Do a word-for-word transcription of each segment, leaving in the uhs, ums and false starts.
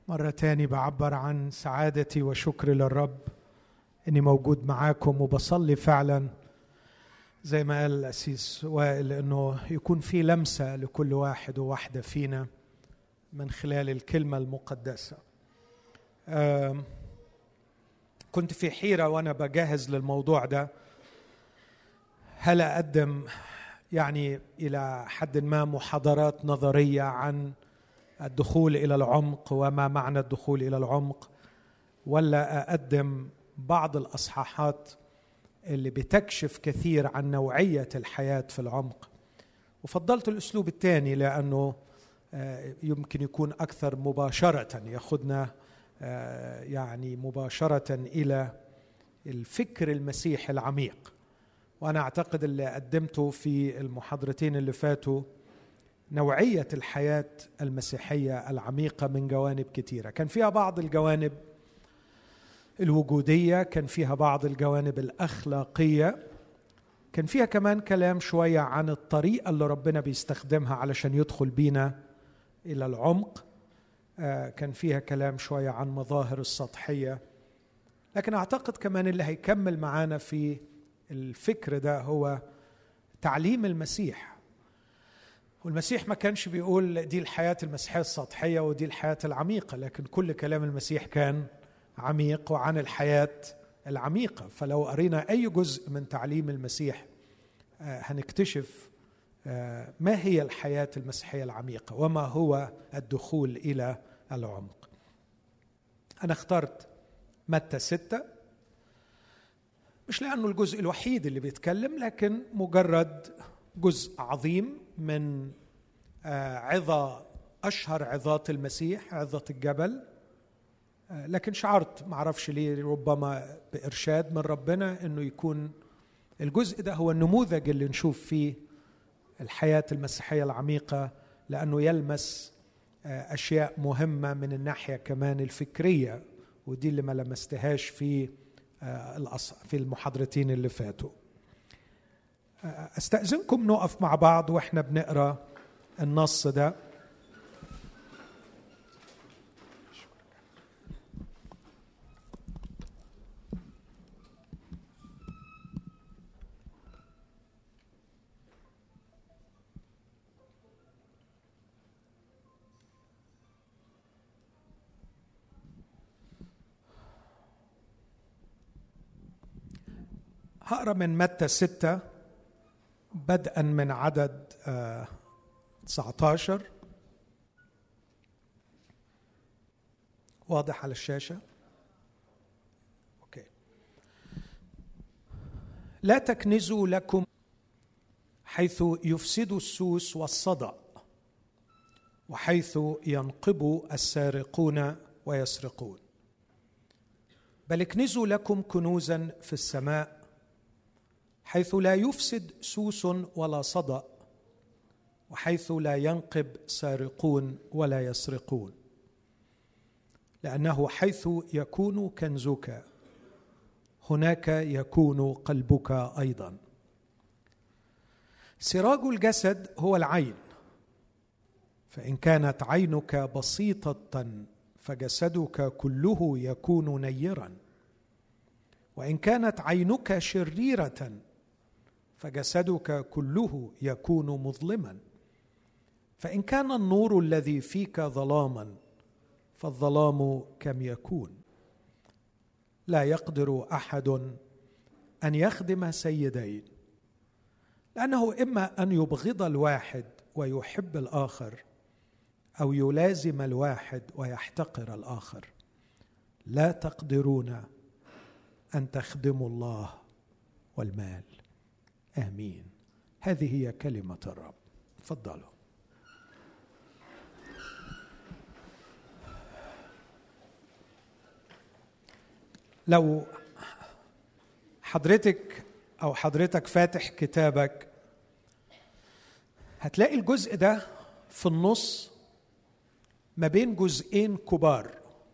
مرة تاني بعبر عن سعادتي وشكري للرب إني موجود معاكم، وبصلي فعلا زي ما قال الأسيس وائل إنه يكون في لمسة لكل واحد وواحدة فينا من خلال الكلمة المقدسة. كنت في حيرة وأنا بجهز للموضوع ده، هل أقدم يعني إلى حد ما محاضرات نظرية عن الدخول إلى العمق وما معنى الدخول إلى العمق، ولا أقدم بعض الأصحاحات اللي بتكشف كثير عن نوعية الحياة في العمق. وفضلت الأسلوب الثاني لأنه يمكن يكون أكثر مباشرة، يأخذنا يعني مباشرة إلى الفكر المسيحي العميق. وأنا أعتقد اللي قدمته في المحاضرتين اللي فاتوا نوعية الحياة المسيحية العميقة من جوانب كثيرة، كان فيها بعض الجوانب الوجودية، كان فيها بعض الجوانب الأخلاقية، كان فيها كمان كلام شوية عن الطريقة اللي ربنا بيستخدمها علشان يدخل بينا إلى العمق، كان فيها كلام شوية عن مظاهر السطحية. لكن أعتقد كمان اللي هيكمل معانا في الفكر ده هو تعليم المسيح. والمسيح ما كانش بيقول دي الحياة المسيحية السطحية ودي الحياة العميقة، لكن كل كلام المسيح كان عميق وعن الحياة العميقة. فلو قرينا أي جزء من تعليم المسيح هنكتشف ما هي الحياة المسيحية العميقة وما هو الدخول إلى العمق. أنا اخترت متى ستة، مش لأنه الجزء الوحيد اللي بيتكلم، لكن مجرد جزء عظيم من عظة أشهر عظات المسيح، عظة الجبل. لكن شعرت معرفش ليه، ربما بإرشاد من ربنا، أنه يكون الجزء ده هو النموذج اللي نشوف فيه الحياة المسيحية العميقة، لأنه يلمس أشياء مهمة من الناحية كمان الفكرية، ودي اللي ما لمستهاش في في المحاضرتين اللي فاتوا. أستأذنكم نقف مع بعض وإحنا بنقرأ النص ده. هقرأ من متى ستة بدءا من عدد تسعة عشر. واضح على الشاشة؟ أوكي. لا تكنزوا لكم حيث يفسد السوس والصدأ، وحيث ينقب السارقون ويسرقون، بل اكنزوا لكم كنوزا في السماء، حيث لا يفسد سوس ولا صدأ، وحيث لا ينقب سارقون ولا يسرقون، لأنه حيث يكون كنزك هناك يكون قلبك أيضا. سراج الجسد هو العين، فإن كانت عينك بسيطة فجسدك كله يكون نيرا، وإن كانت عينك شريرة فجسدك كله يكون مظلما. فإن كان النور الذي فيك ظلاما فالظلام كم يكون. لا يقدر أحد أن يخدم سيدين، لأنه إما أن يبغض الواحد ويحب الآخر، أو يلازم الواحد ويحتقر الآخر. لا تقدرون أن تخدموا الله والمال. آمين. هذه هي كلمة الرب. تفضلوا. لو حضرتك أو حضرتك فاتح كتابك هتلاقي الجزء ده في النص ما بين جزئين كبار،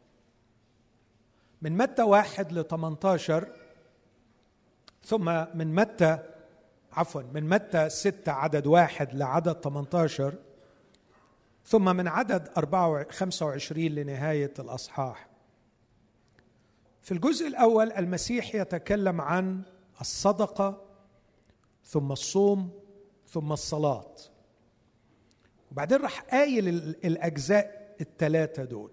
من متى واحد لثمانية عشر، ثم من متى عفوا من متى ستة عدد واحد لعدد ثمانية عشر، ثم من عدد خمسة وعشرين لنهاية الأصحاح، في الجزء الأول المسيح يتكلم عن الصدقة ثم الصوم ثم الصلاة، وبعدين راح قايل الأجزاء الثلاثة دول،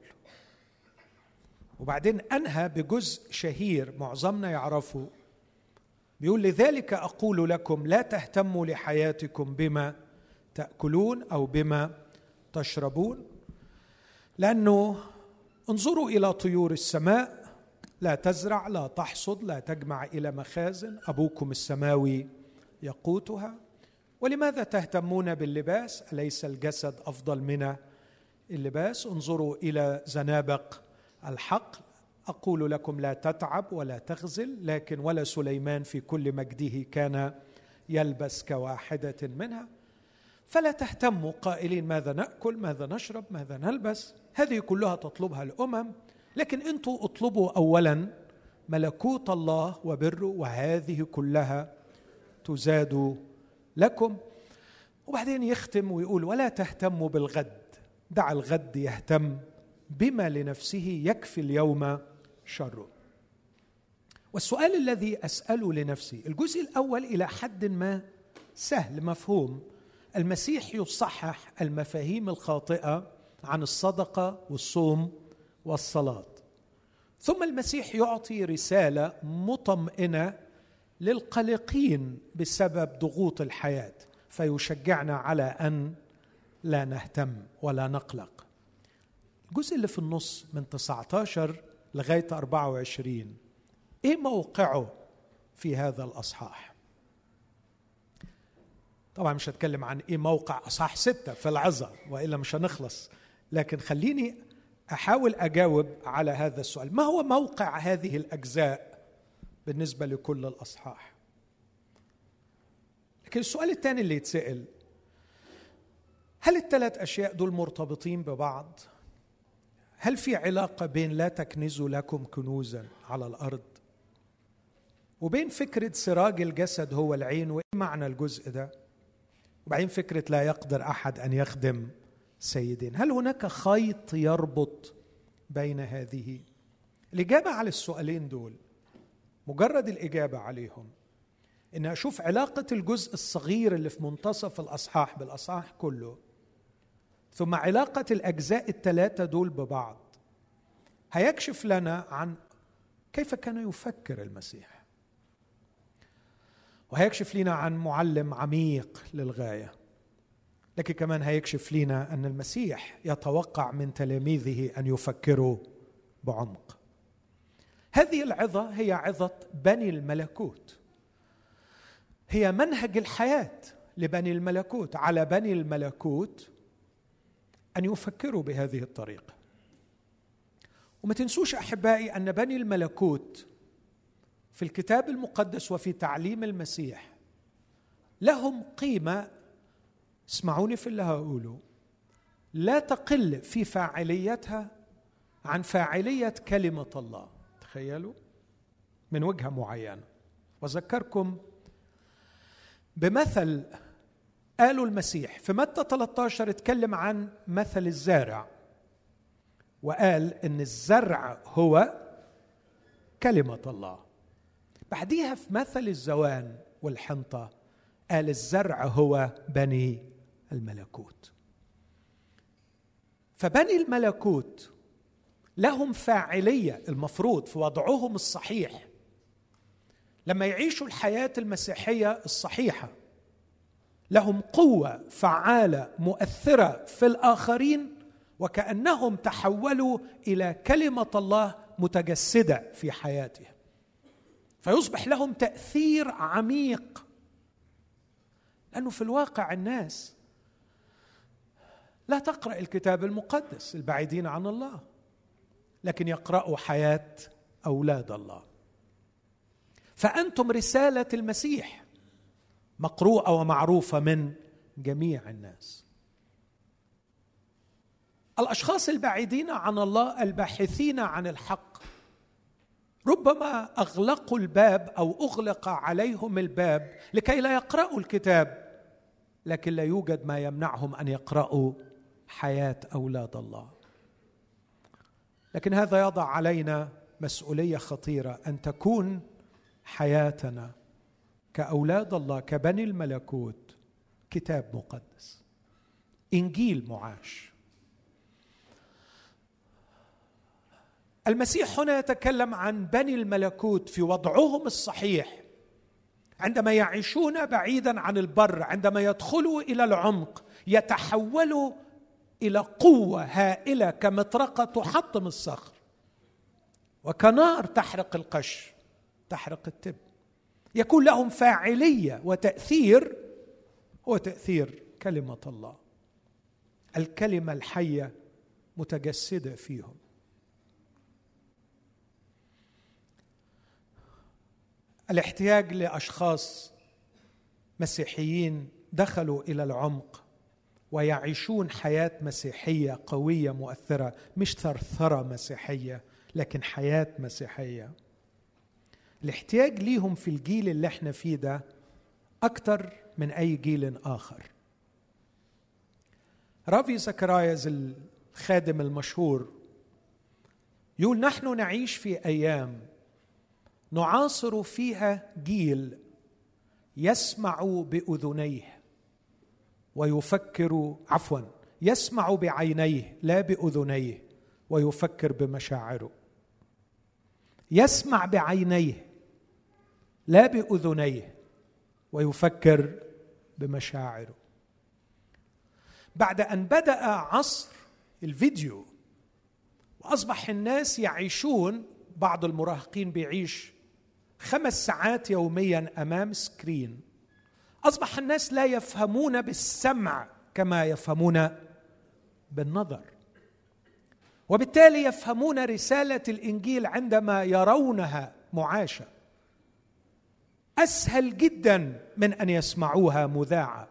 وبعدين أنهى بجزء شهير معظمنا يعرفه، بيقول: لذلك أقول لكم لا تهتموا لحياتكم بما تأكلون أو بما تشربون، لأنه انظروا إلى طيور السماء، لا تزرع لا تحصد لا تجمع إلى مخازن، أبوكم السماوي يقوتها، ولماذا تهتمون باللباس؟ أليس الجسد أفضل من اللباس؟ انظروا إلى زنابق الحقل، أقول لكم لا تتعب ولا تخزل، لكن ولا سليمان في كل مجده كان يلبس كواحدة منها، فلا تهتموا قائلين ماذا نأكل ماذا نشرب ماذا نلبس، هذه كلها تطلبها الأمم، لكن أنتوا اطلبوا أولا ملكوت الله وبره وهذه كلها تزاد لكم. وبعدين يختم ويقول: ولا تهتموا بالغد، دع الغد يهتم بما لنفسه، يكفي اليوم شره. والسؤال الذي أسأله لنفسي، الجزء الأول إلى حد ما سهل مفهوم، المسيح يصحح المفاهيم الخاطئة عن الصدقة والصوم والصلاة، ثم المسيح يعطي رسالة مطمئنة للقلقين بسبب ضغوط الحياة، فيشجعنا على أن لا نهتم ولا نقلق. الجزء اللي في النص من تسعة عشر لغاية أربعة وعشرين إيه موقعه في هذا الأصحاح؟ طبعا مش هتكلم عن إيه موقع أصحاح ستة في العظة وإلا مش هنخلص، لكن خليني أحاول أجاوب على هذا السؤال: ما هو موقع هذه الأجزاء بالنسبة لكل الأصحاح؟ لكن السؤال الثاني اللي يتسأل: هل الثلاث أشياء دول مرتبطين ببعض؟ هل في علاقة بين لا تكنزوا لكم كنوزا على الأرض وبين فكرة سراج الجسد هو العين، وإيه معنى الجزء ده؟ وبعدين فكرة لا يقدر أحد أن يخدم سيدين، هل هناك خيط يربط بين هذه؟ الإجابة على السؤالين دول، مجرد الإجابة عليهم، إن أشوف علاقة الجزء الصغير اللي في منتصف الأصحاح بالأصحاح كله، ثم علاقة الأجزاء الثلاثة دول ببعض، هيكشف لنا عن كيف كان يفكر المسيح، وهيكشف لنا عن معلم عميق للغاية، لكن كمان هيكشف لنا أن المسيح يتوقع من تلاميذه أن يفكروا بعمق. هذه العظة هي عظة بني الملكوت، هي منهج الحياة لبني الملكوت، على بني الملكوت أن يفكروا بهذه الطريقة. وما تنسوش أحبائي أن بني الملكوت في الكتاب المقدس وفي تعليم المسيح لهم قيمة، اسمعوني في اللي هقوله، لا تقل في فاعليتها عن فاعلية كلمة الله. تخيلوا من وجهة معينة. وذكركم بمثل قالوا المسيح في متى ثلاثة عشر، اتكلم عن مثل الزارع وقال إن الزرع هو كلمة الله. بعديها في مثل الزوان والحنطة قال الزرع هو بني الملكوت. فبني الملكوت لهم فاعلية المفروض في وضعهم الصحيح لما يعيشوا الحياة المسيحية الصحيحة، لهم قوة فعالة مؤثرة في الآخرين، وكأنهم تحولوا إلى كلمة الله متجسدة في حياتهم، فيصبح لهم تأثير عميق. لأنه في الواقع الناس لا تقرأ الكتاب المقدس البعيدين عن الله، لكن يقرأوا حياة أولاد الله. فأنتم رسالة المسيح مقروءة ومعروفة من جميع الناس. الأشخاص البعيدين عن الله الباحثين عن الحق ربما أغلقوا الباب أو أغلق عليهم الباب لكي لا يقرأوا الكتاب، لكن لا يوجد ما يمنعهم أن يقرأوا حياة أولاد الله. لكن هذا يضع علينا مسؤولية خطيرة، أن تكون حياتنا كأولاد الله كبني الملكوت كتاب مقدس، إنجيل معاش. المسيح هنا يتكلم عن بني الملكوت في وضعهم الصحيح، عندما يعيشون بعيدا عن البر، عندما يدخلوا إلى العمق يتحولوا إلى قوة هائلة كمطرقة تحطم الصخر، وكنار تحرق القش، تحرق التب. يكون لهم فاعلية وتأثير، هو تأثير كلمة الله، الكلمة الحية متجسدة فيهم. الاحتياج لأشخاص مسيحيين دخلوا إلى العمق ويعيشون حياة مسيحية قوية مؤثرة، مش ثرثرة مسيحية لكن حياة مسيحية. الاحتياج ليهم في الجيل اللي احنا فيه ده أكتر من أي جيل آخر. رافي زكراياز الخادم المشهور يقول: نحن نعيش في أيام نعاصر فيها جيل يسمع بأذنيه ويفكر عفوا يسمع بعينيه لا بأذنيه ويفكر بمشاعره. يسمع بعينيه لا بأذنيه ويفكر بمشاعره. بعد أن بدأ عصر الفيديو وأصبح الناس يعيشون، بعض المراهقين بيعيش خمس ساعات يوميا أمام سكرين، أصبح الناس لا يفهمون بالسمع كما يفهمون بالنظر، وبالتالي يفهمون رسالة الإنجيل عندما يرونها معاشة أسهل جدا من أن يسمعوها مذاعة.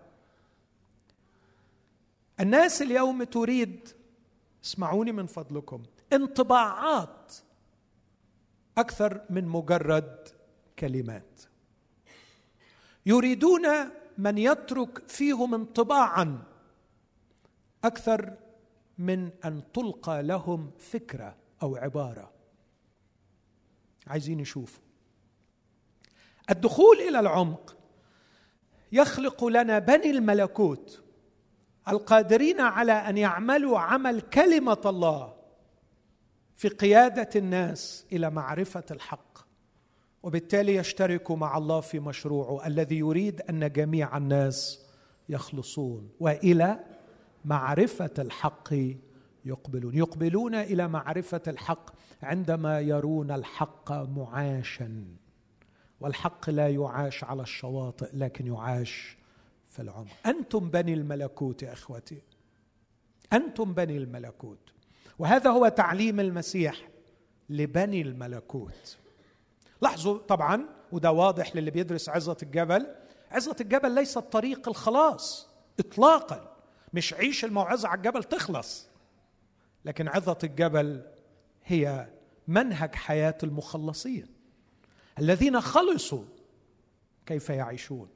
الناس اليوم تريد، اسمعوني من فضلكم، انطباعات أكثر من مجرد كلمات. يريدون من يترك فيهم انطباعا أكثر من أن تلقى لهم فكرة أو عبارة. عايزين يشوفوا. الدخول إلى العمق يخلق لنا بني الملكوت القادرين على أن يعملوا عمل كلمة الله في قيادة الناس إلى معرفة الحق، وبالتالي يشتركوا مع الله في مشروعه الذي يريد أن جميع الناس يخلصون وإلى معرفة الحق يقبلون. يقبلون إلى معرفة الحق عندما يرون الحق معاشا، والحق لا يعاش على الشواطئ لكن يعاش في العمق. أنتم بني الملكوت يا أخوتي، أنتم بني الملكوت، وهذا هو تعليم المسيح لبني الملكوت. لاحظوا طبعا، وده واضح للي بيدرس عظة الجبل، عظة الجبل ليست طريق الخلاص إطلاقا، مش عيش الموعظة على الجبل تخلص، لكن عظة الجبل هي منهج حياة المخلصين الذين خلصوا كيف يعيشون.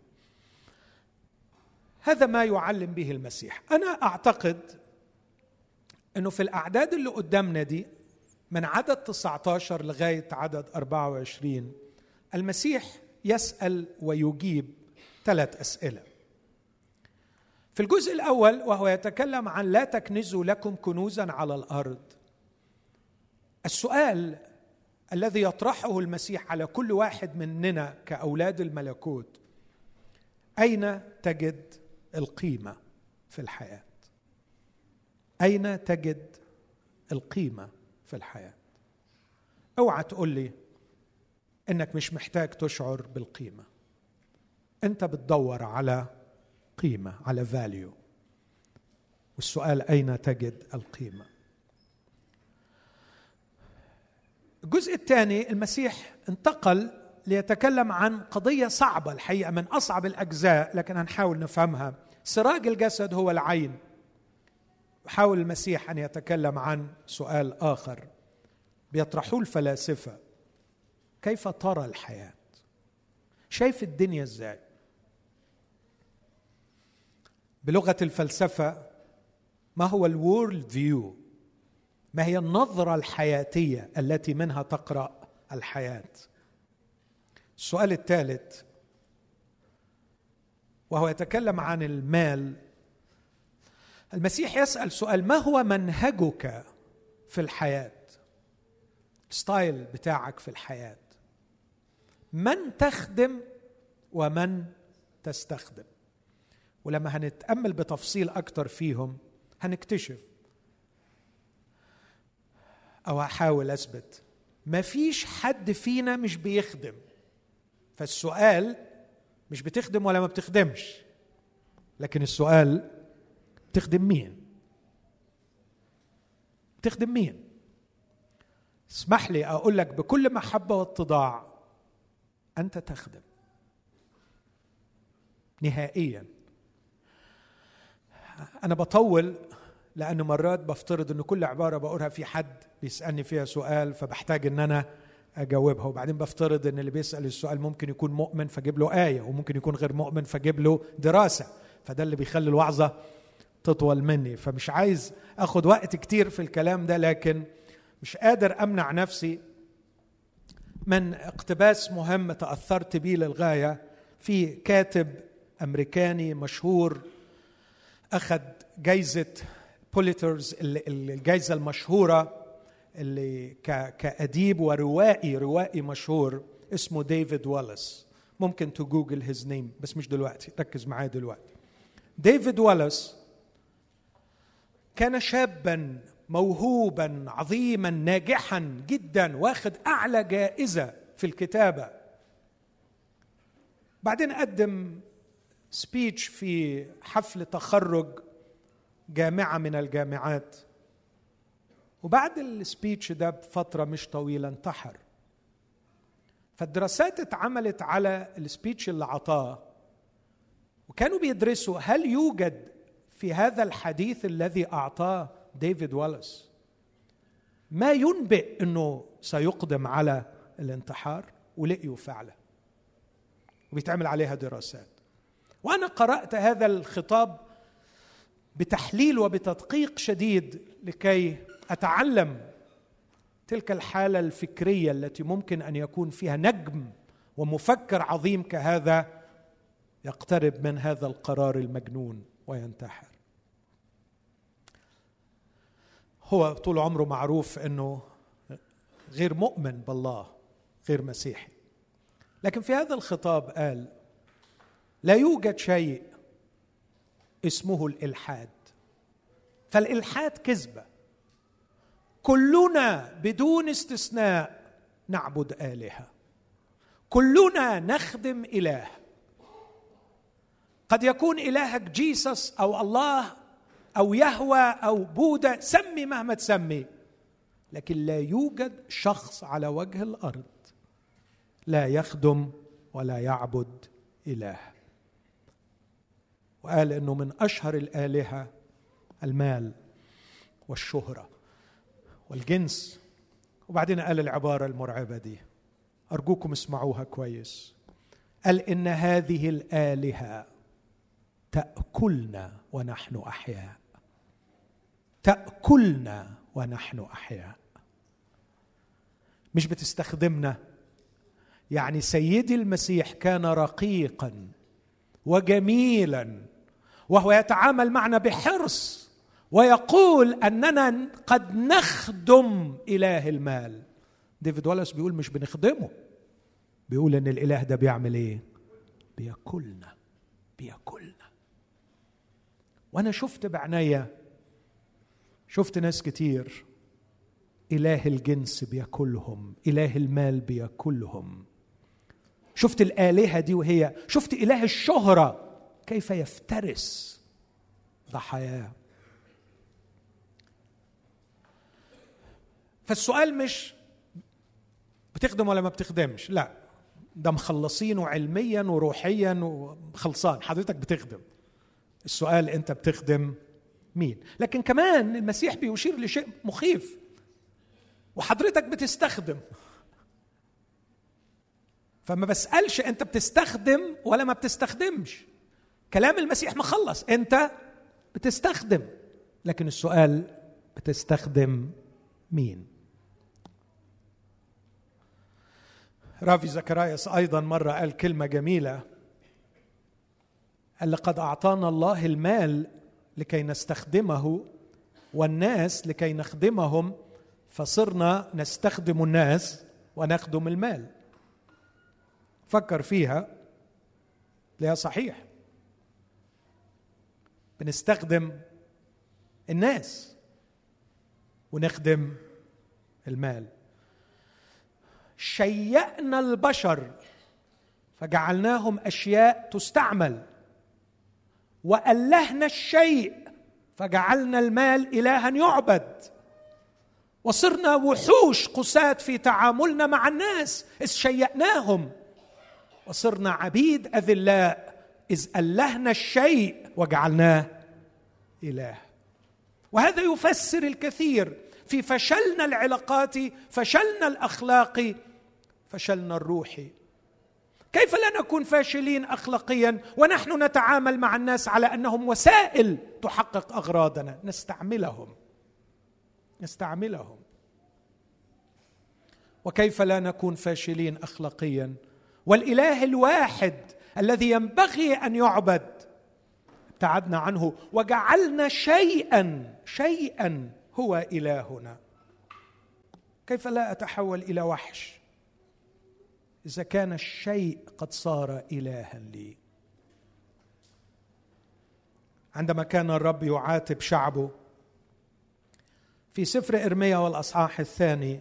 هذا ما يعلم به المسيح. أنا أعتقد أنه في الأعداد اللي قدامنا دي من عدد تسعة عشر لغاية عدد أربعة وعشرين المسيح يسأل ويجيب ثلاث أسئلة. في الجزء الأول وهو يتكلم عن لا تكنزوا لكم كنوزا على الأرض، السؤال الذي يطرحه المسيح على كل واحد مننا كأولاد الملكوت: أين تجد القيمة في الحياة؟ أين تجد القيمة في الحياة؟ اوعى تقول لي إنك مش محتاج تشعر بالقيمة، أنت بتدور على قيمة، على value، والسؤال أين تجد القيمة؟ الجزء الثاني المسيح انتقل ليتكلم عن قضية صعبة الحقيقة، من أصعب الأجزاء لكن هنحاول نفهمها. سراج الجسد هو العين. حاول المسيح أن يتكلم عن سؤال آخر بيطرحوه الفلاسفة: كيف ترى الحياة؟ شايف الدنيا إزاي؟ بلغة الفلسفة ما هو الورلد فيو؟ ما هي النظرة الحياتية التي منها تقرأ الحياة؟ السؤال الثالث وهو يتكلم عن المال، المسيح يسأل سؤال: ما هو منهجك في الحياة؟ ستايل بتاعك في الحياة. من تخدم ومن تستخدم؟ ولما هنتأمل بتفصيل أكتر فيهم هنكتشف، أو هحاول أثبت، ما فيش حد فينا مش بيخدم. فالسؤال مش بتخدم ولا ما بتخدمش، لكن السؤال بتخدم مين؟ بتخدم مين؟ اسمح لي أقول لك بكل محبة واتضاع، أنت تخدم نهائيا. أنا بطول لأن مرات بفترض أن كل عبارة بقولها في حد بيسألني فيها سؤال فبحتاج أن أنا أجاوبها، وبعدين بفترض أن اللي بيسأل السؤال ممكن يكون مؤمن فجيب له آية، وممكن يكون غير مؤمن فجيب له دراسة، فده اللي بيخلي الوعظة تطول مني. فمش عايز أخذ وقت كتير في الكلام ده، لكن مش قادر أمنع نفسي من اقتباس مهم تأثرت بيه للغاية في كاتب أمريكاني مشهور أخذ جايزة بوليترز، الجايزة المشهورة اللي كأديب وروائي روائي مشهور، اسمه ديفيد واليس. ممكن تجوجل هيز نيم بس مش دلوقتي، ركز معايا دلوقتي. ديفيد واليس كان شابا موهوبا عظيما ناجحا جدا، واخد أعلى جائزة في الكتابة. بعدين قدم سبيتش في حفل تخرج جامعة من الجامعات، وبعد السبيتش ده بفترة مش طويلة انتحر. فالدراسات اتعملت على السبيتش اللي عطاه، وكانوا بيدرسوا هل يوجد في هذا الحديث الذي أعطاه ديفيد واليس ما ينبئ أنه سيقدم على الانتحار، ولقيوا فعلا، وبيتعمل عليها دراسات. وأنا قرأت هذا الخطاب بتحليل وبتدقيق شديد لكي أتعلم تلك الحالة الفكرية التي ممكن أن يكون فيها نجم ومفكر عظيم كهذا يقترب من هذا القرار المجنون وينتحر. هو طول عمره معروف أنه غير مؤمن بالله، غير مسيحي، لكن في هذا الخطاب قال: لا يوجد شيء اسمه الإلحاد، فالإلحاد كذبة. كلنا بدون استثناء نعبد آلهة، كلنا نخدم إله. قد يكون إلهك جيسس أو الله أو يهوى أو بوذا، سمي مهما تسمي، لكن لا يوجد شخص على وجه الأرض لا يخدم ولا يعبد إله. وقال إنه من أشهر الآلهة المال والشهرة والجنس. وبعدين قال العبارة المرعبة دي، أرجوكم اسمعوها كويس. قال إن هذه الآلهة تأكلنا ونحن أحياء، تأكلنا ونحن أحياء، مش بتستخدمنا. يعني سيدي المسيح كان رقيقا وجميلا، وهو يتعامل معنا بحرص ويقول أننا قد نخدم إله المال. ديفيد واليس بيقول مش بنخدمه، بيقول أن الإله ده بيعمل إيه؟ بيأكلنا، بيأكلنا. وأنا شفت بعناية، شفت ناس كتير إله الجنس بيأكلهم، إله المال بيأكلهم. شفت الآلهة دي، وهي شفت إله الشهرة كيف يفترس ضحاياه. فالسؤال مش بتخدم ولا ما بتخدمش، لا، ده مخلصينه علميا وروحيا وخلصان، حضرتك بتخدم. السؤال أنت بتخدم مين؟ لكن كمان المسيح بيشير لشيء مخيف، وحضرتك بتستخدم. فما بسألش أنت بتستخدم ولا ما بتستخدمش، كلام المسيح مخلص، أنت بتستخدم. لكن السؤال بتستخدم مين؟ رافي زكرياس أيضا مرة قال كلمة جميلة، قال لقد أعطانا الله المال لكي نستخدمه والناس لكي نخدمهم، فصرنا نستخدم الناس ونخدم المال. فكر فيها، ليها صحيح، بنستخدم الناس ونخدم المال. شيئنا البشر فجعلناهم أشياء تستعمل، وألهنا الشيء فجعلنا المال إلها يعبد، وصرنا وحوش قساة في تعاملنا مع الناس إذ شيئناهم، وصرنا عبيد أذلاء إذ ألهنا الشيء وجعلناه إله. وهذا يفسر الكثير في فشلنا العلاقاتي، فشلنا الأخلاقي، فشلنا الروحي. كيف لا نكون فاشلين أخلاقيا ونحن نتعامل مع الناس على أنهم وسائل تحقق أغراضنا؟ نستعملهم نستعملهم وكيف لا نكون فاشلين أخلاقيا والإله الواحد الذي ينبغي أن يعبد ابتعدنا عنه وجعلنا شيئا شيئا هو إلهنا؟ كيف لا أتحول إلى وحش إذا كان الشيء قد صار إلها لي؟ عندما كان الرب يعاتب شعبه في سفر إرميا والأصحاح الثاني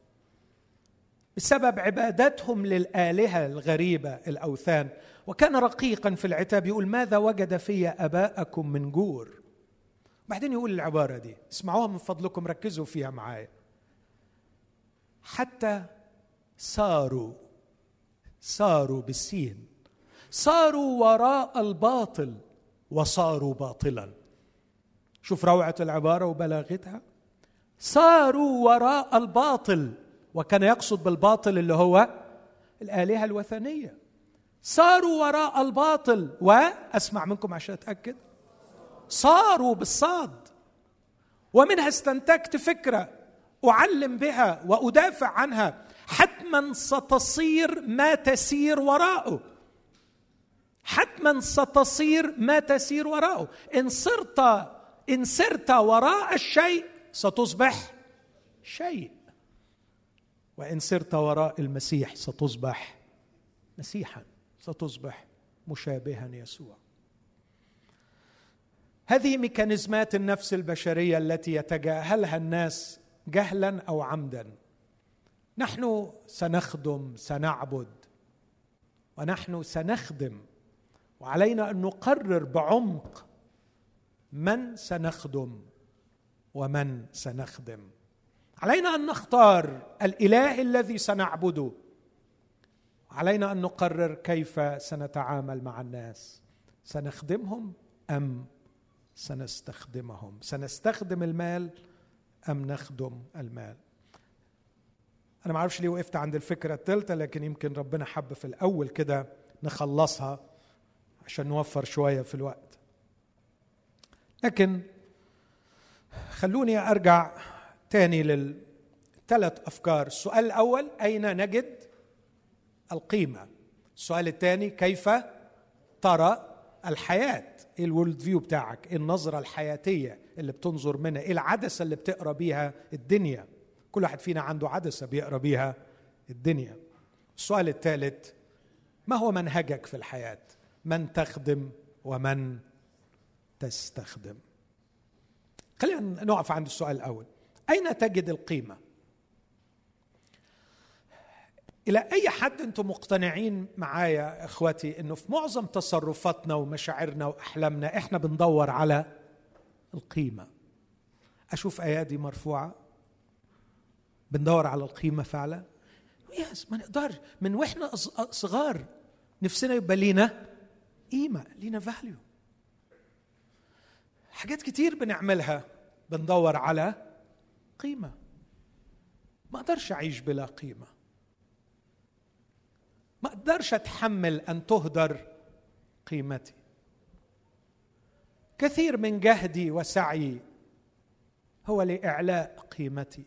بسبب عبادتهم للآلهة الغريبة الأوثان، وكان رقيقا في العتاب، يقول ماذا وجد في آباءكم من جور. بعدين يقول العبارة دي، اسمعوها من فضلكم، ركزوا فيها معايا، حتى صاروا صاروا بالسين صاروا وراء الباطل وصاروا باطلا. شوف روعة العبارة وبلاغتها، صاروا وراء الباطل، وكان يقصد بالباطل اللي هو الآلهة الوثنية. صاروا وراء الباطل، وأسمع منكم عشان أتأكد، صاروا بالصاد. ومنها استنتجت فكرة أعلم بها وأدافع عنها، حتما ستصير ما تسير وراءه، حتما ستصير ما تسير وراءه. إن صرت إن سرت وراء الشيء ستصبح شيء، وإن سرت وراء المسيح ستصبح مسيحا، ستصبح مشابها يسوع. هذه ميكانيزمات النفس البشرية التي يتجاهلها الناس جهلا أو عمدا. نحن سنخدم، سنعبد، ونحن سنخدم، وعلينا أن نقرر بعمق من سنخدم ومن سنخدم. علينا أن نختار الإله الذي سنعبده، علينا أن نقرر كيف سنتعامل مع الناس، سنخدمهم أم سنستخدمهم، سنستخدم المال أم نخدم المال. أنا ما أعرفش ليه وقفت عند الفكرة الثالثة، لكن يمكن ربنا حب في الأول كده نخلصها عشان نوفر شوية في الوقت. لكن خلوني أرجع تاني للثلاث أفكار. السؤال الأول، أين نجد القيمة؟ السؤال الثاني، كيف ترى الحياة؟ إيه الورلد فيو بتاعك؟ إيه النظرة الحياتية اللي بتنظر منها؟ إيه العدسة اللي بتقرأ بيها الدنيا؟ كل واحد فينا عنده عدسة بيقرأ بيها الدنيا. السؤال الثالث، ما هو منهجك في الحياة؟ من تخدم ومن تستخدم؟ خلينا نقف عند السؤال الأول، أين تجد القيمة؟ إلى أي حد أنتم مقتنعين معايا إخوتي أنه في معظم تصرفاتنا ومشاعرنا وأحلامنا إحنا بندور على القيمة؟ أشوف أيادي مرفوعة، بندور على القيمة فعلا؟ يس، ما نقدرش من وإحنا صغار نفسنا يبقى لينا قيمة، لينا فاليو. حاجات كتير بنعملها بندور على قيمة. ما أقدرش أعيش بلا قيمة، ما أقدرش أتحمل أن تهدر قيمتي. كثير من جهدي وسعي هو لإعلاء قيمتي.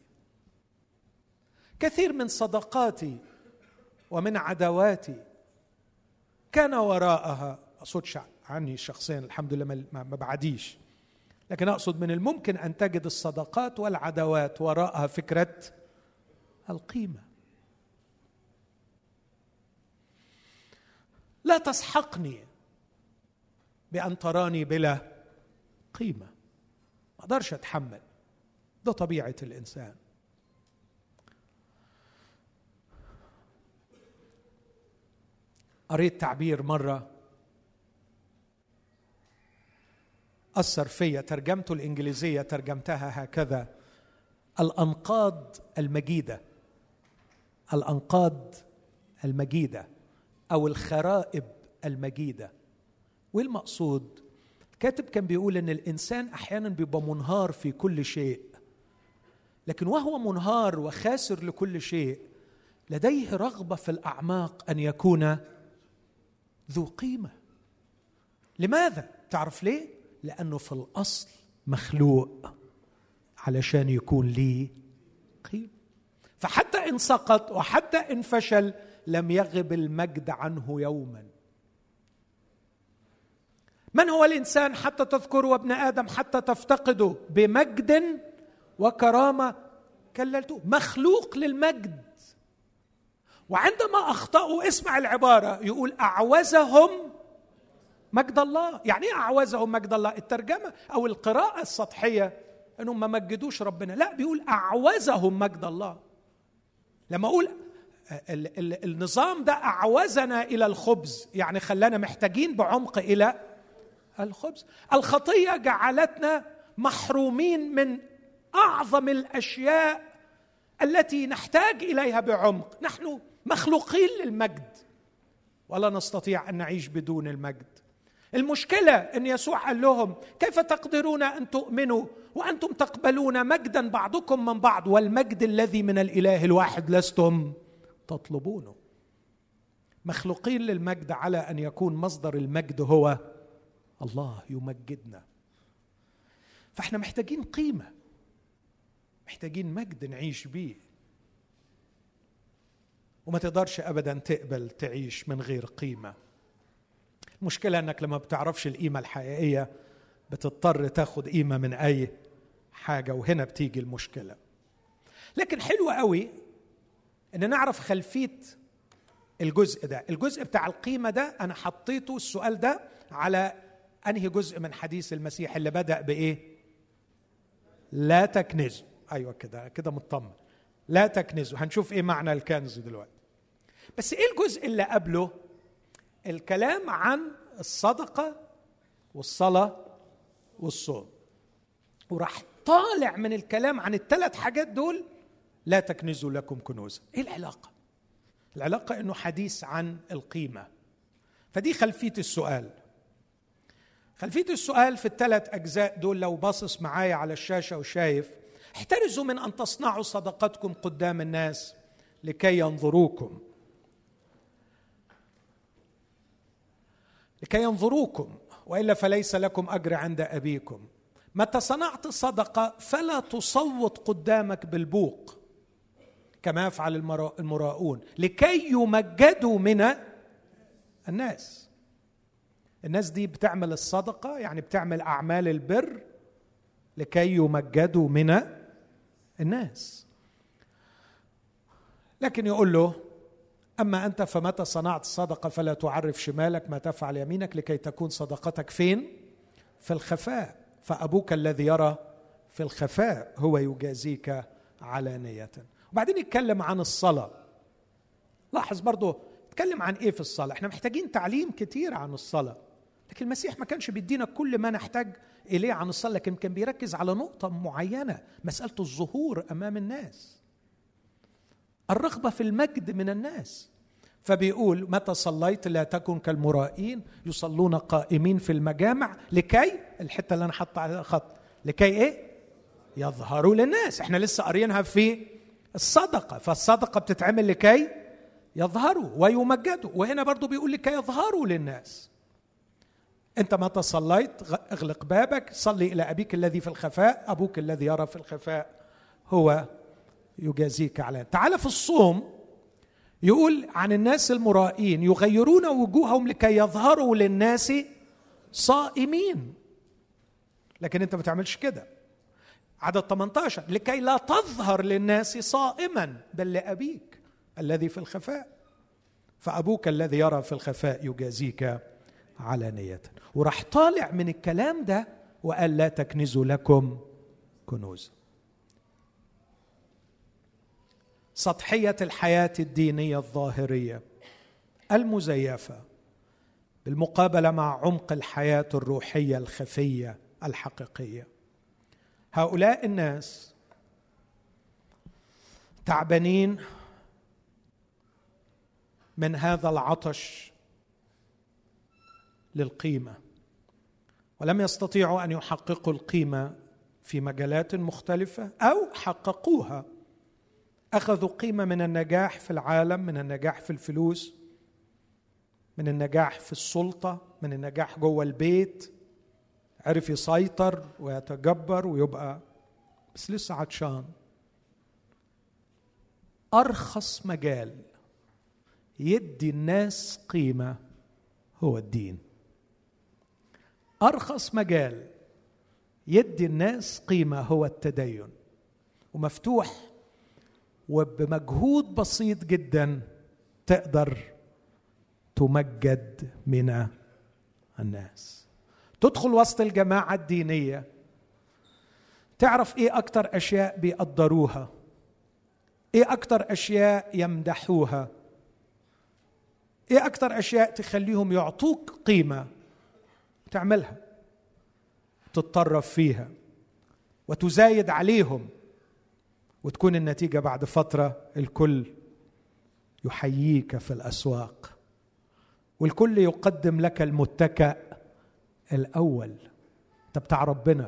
كثير من صدقاتي ومن عدواتي كان وراءها، أقصدش عني شخصيا الحمد لله ما بعديش، لكن أقصد من الممكن أن تجد الصدقات والعدوات وراءها فكرة القيمة. لا تسحقني بأن تراني بلا قيمة، ما أقدرش أتحمل، ده طبيعة الإنسان. قريت تعبير مرة أثر فيا، ترجمته الإنجليزية ترجمتها هكذا: الأنقاض المجيدة، الأنقاض المجيدة أو الخرائب المجيدة. والمقصود الكاتب كان بيقول إن الإنسان أحيانا بيبقى منهار في كل شيء، لكن وهو منهار وخاسر لكل شيء لديه رغبة في الأعماق أن يكون ذو قيمة. لماذا؟ تعرف ليه؟ لأنه في الأصل مخلوق علشان يكون ليه قيمة. فحتى إن سقط وحتى إن فشل لم يغب المجد عنه يوما. من هو الإنسان حتى تذكره، وابن آدم حتى تفتقده؟ بمجد وكرامة كللته. مخلوق للمجد. وعندما أخطأوا، اسمع العبارة، يقول أعوزهم مجد الله. يعني إيه أعوزهم مجد الله؟ الترجمة أو القراءة السطحية أنهم ما مجدوش ربنا، لا، بيقول أعوزهم مجد الله. لما أقول ال- ال- النظام ده أعوزنا إلى الخبز، يعني خلانا محتاجين بعمق إلى الخبز. الخطية جعلتنا محرومين من أعظم الأشياء التي نحتاج إليها بعمق. نحن مخلوقين للمجد ولا نستطيع أن نعيش بدون المجد. المشكلة أن يسوع قال لهم: كيف تقدرون أن تؤمنوا وأنتم تقبلون مجدا بعضكم من بعض، والمجد الذي من الإله الواحد لستم تطلبونه. مخلوقين للمجد على أن يكون مصدر المجد هو الله يمجدنا. فإحنا محتاجين قيمة، محتاجين مجد نعيش بيه، وما تقدرش أبدا تقبل تعيش من غير قيمة. المشكلة أنك لما بتعرفش القيمة الحقيقية بتضطر تاخد قيمة من أي حاجة، وهنا بتيجي المشكلة. لكن حلو قوي أن نعرف خلفية الجزء ده. الجزء بتاع القيمة ده أنا حطيته السؤال ده على أنهي جزء من حديث المسيح اللي بدأ بإيه؟ لا تكنزوا. أيوة كده كده مطمن، لا تكنزوا. هنشوف إيه معنى الكنز دلوقتي. بس إيه الجزء اللي قبله؟ الكلام عن الصدقة والصلاة والصوم، وراح طالع من الكلام عن الثلاث حاجات دول لا تكنزوا لكم كنوزا. إيه العلاقة؟ العلاقة إنه حديث عن القيمة. فدي خلفية السؤال. خلفية السؤال في الثلاث أجزاء دول، لو باصص معايا على الشاشة وشايف: احترزوا من أن تصنعوا صدقتكم قدام الناس لكي ينظروكم لكي ينظروكم وإلا فليس لكم أجر عند أبيكم. متى صنعت صدقة فلا تصوت قدامك بالبوق كما يفعل المراؤون لكي يمجدوا من الناس. الناس دي بتعمل الصدقة، يعني بتعمل أعمال البر لكي يمجدوا من الناس. لكن يقول له: أما أنت فمتى صنعت صدقة فلا تعرف شمالك ما تفعل يمينك لكي تكون صدقتك فين؟ في الخفاء، فأبوك الذي يرى في الخفاء هو يجازيك علانية. وبعدين يتكلم عن الصلاة. لاحظ برضو يتكلم عن إيه في الصلاة. احنا محتاجين تعليم كتير عن الصلاة، لكن المسيح ما كانش بيدينا كل ما نحتاج إليه عن الصلاة، لكن كان بيركز على نقطة معينة، مسألة الظهور أمام الناس، الرغبة في المجد من الناس. فبيقول: متى صليت لا تكن كالمرائين يصلون قائمين في المجامع لكي، الحتة اللي أنا حط عليها خط، لكي إيه؟ يظهروا للناس. احنا لسه قارينها في الصدقة، فالصدقة بتتعمل لكي يظهروا ويمجدوا، وهنا برضو بيقول لكي يظهروا للناس. أنت متى صليت اغلق بابك، صلي إلى أبيك الذي في الخفاء، أبوك الذي يرى في الخفاء هو يجازيك عليه. تعال في الصوم يقول عن الناس المرائين: يغيرون وجوههم لكي يظهروا للناس صائمين. لكن أنت ما تعملش كده. عدد ثمانية عشر: لكي لا تظهر للناس صائما بل لأبيك الذي في الخفاء، فأبوك الذي يرى في الخفاء يجازيك علانية. وراح طالع من الكلام ده وقال: لا تكنزوا لكم كنوزا. سطحية الحياة الدينية الظاهرية المزيفة بالمقابلة مع عمق الحياة الروحية الخفية الحقيقية. هؤلاء الناس تعبانين من هذا العطش للقيمة، ولم يستطيعوا أن يحققوا القيمة في مجالات مختلفة، أو حققوها. أخذوا قيمة من النجاح في العالم، من النجاح في الفلوس، من النجاح في السلطة، من النجاح جوه البيت، عرف يسيطر ويتجبر ويبقى، بس لسه عطشان. أرخص مجال يدي الناس قيمة هو الدين. أرخص مجال يدي الناس قيمة هو التدين، ومفتوح، وبمجهود بسيط جدا تقدر تمجد من الناس. تدخل وسط الجماعة الدينية تعرف ايه اكتر اشياء بيقدروها، ايه اكتر اشياء يمدحوها، ايه اكتر اشياء تخليهم يعطوك قيمة، تعملها، تتطرف فيها وتزايد عليهم، وتكون النتيجة بعد فترة الكل يحييك في الأسواق، والكل يقدم لك المتكأ الأول. أنت بتاع ربنا.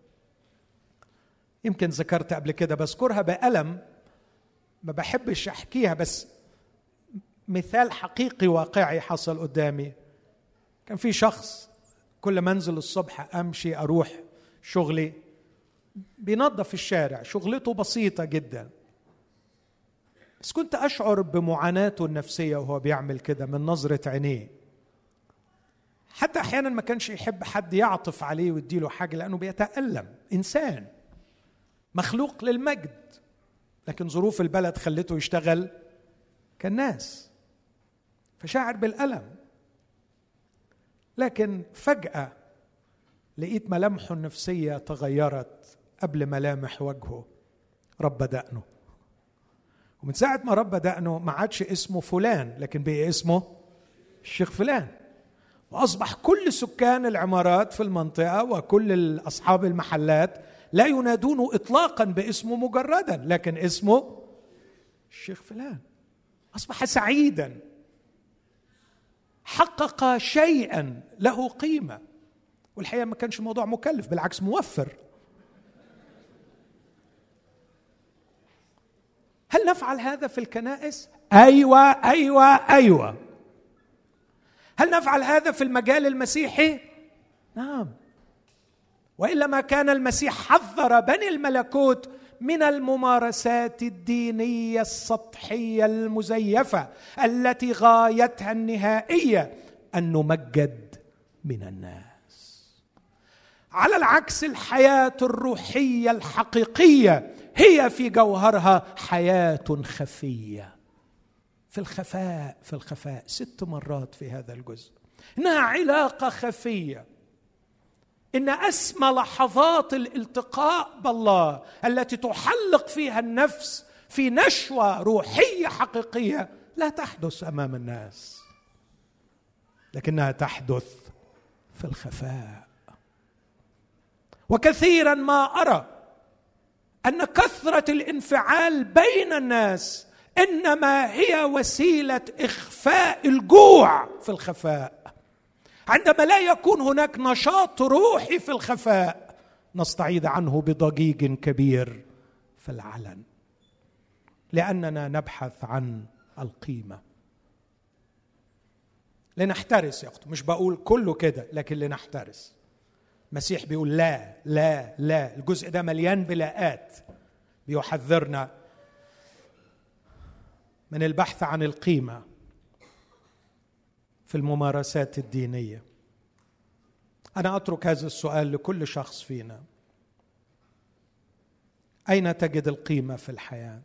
يمكن ذكرت قبل كده، بذكرها بألم، ما بحبش أحكيها، بس مثال حقيقي واقعي حصل قدامي. كان في شخص كل ما انزل الصبح أمشي أروح شغلي بينظف الشارع، شغلته بسيطة جدا، بس كنت أشعر بمعاناته النفسية وهو بيعمل كده من نظرة عينيه. حتى أحيانا ما كانش يحب حد يعطف عليه ويديله حاجة، لأنه بيتألم. إنسان مخلوق للمجد، لكن ظروف البلد خلته يشتغل كالناس، فشاعر بالألم. لكن فجأة لقيت ملامحه النفسية تغيرت قبل ملامح وجهه. رب دقنه، ومن ساعة ما رب دقنه ما عادش اسمه فلان، لكن بقى اسمه الشيخ فلان. وأصبح كل سكان العمارات في المنطقة وكل أصحاب المحلات لا ينادونه إطلاقا باسمه مجردا، لكن اسمه الشيخ فلان. أصبح سعيدا، حقق شيئا له قيمة. والحقيقة ما كانش موضوع مكلف، بالعكس موفر. هل نفعل هذا في الكنائس؟ أيوة أيوة أيوة. هل نفعل هذا في المجال المسيحي؟ نعم. وإلا ما كان المسيح حذر بني الملكوت من الممارسات الدينية السطحية المزيفة التي غايتها النهائية أن نمجد من الناس. على العكس، الحياة الروحية الحقيقية هي في جوهرها حياة خفية، في الخفاء، في الخفاء ست مرات في هذا الجزء. إنها علاقة خفية، إن أسمى لحظات الالتقاء بالله التي تحلق فيها النفس في نشوة روحية حقيقية لا تحدث أمام الناس، لكنها تحدث في الخفاء. وكثيرا ما أرى أن كثرة الانفعال بين الناس إنما هي وسيلة إخفاء الجوع في الخفاء. عندما لا يكون هناك نشاط روحي في الخفاء نستعيض عنه بضجيج كبير في العلن، لأننا نبحث عن القيمة. لنحترس يا أخت، مش بقول كله كده لكن لنحترس. المسيح بيقول لا لا لا، الجزء ده مليان بلاءات بيحذرنا من البحث عن القيمة في الممارسات الدينية. أنا أترك هذا السؤال لكل شخص فينا: أين تجد القيمة في الحياة؟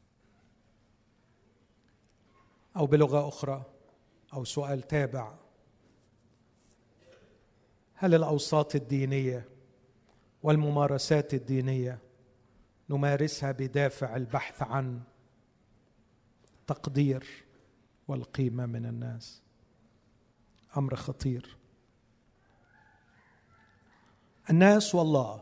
أو بلغة أخرى أو سؤال تابع: هل الأوساط الدينية والممارسات الدينية نمارسها بدافع البحث عن تقدير والقيمة من الناس؟ أمر خطير. الناس والله.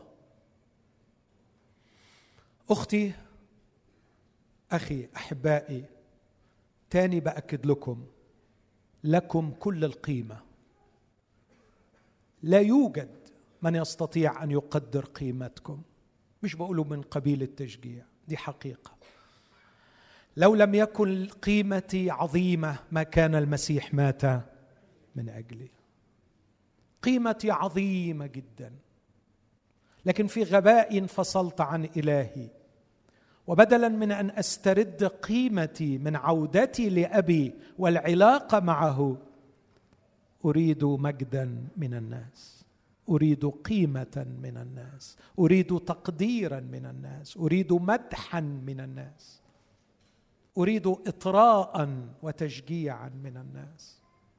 أختي، أخي، أحبائي، تاني بأكد لكم: لكم كل القيمة. لا يوجد من يستطيع أن يقدر قيمتكم. مش بقوله من قبيل التشجيع، دي حقيقة. لو لم يكن قيمتي عظيمة ما كان المسيح مات من أجلي. قيمتي عظيمة جدا، لكن في غباء انفصلت عن إلهي، وبدلا من أن أسترد قيمتي من عودتي لأبي والعلاقة معه، أريد مجدا من الناس، أريد قيمة من الناس، أريد تقديرا من الناس، أريد مدحا من الناس، أريد إطراء وتشجيعا من الناس.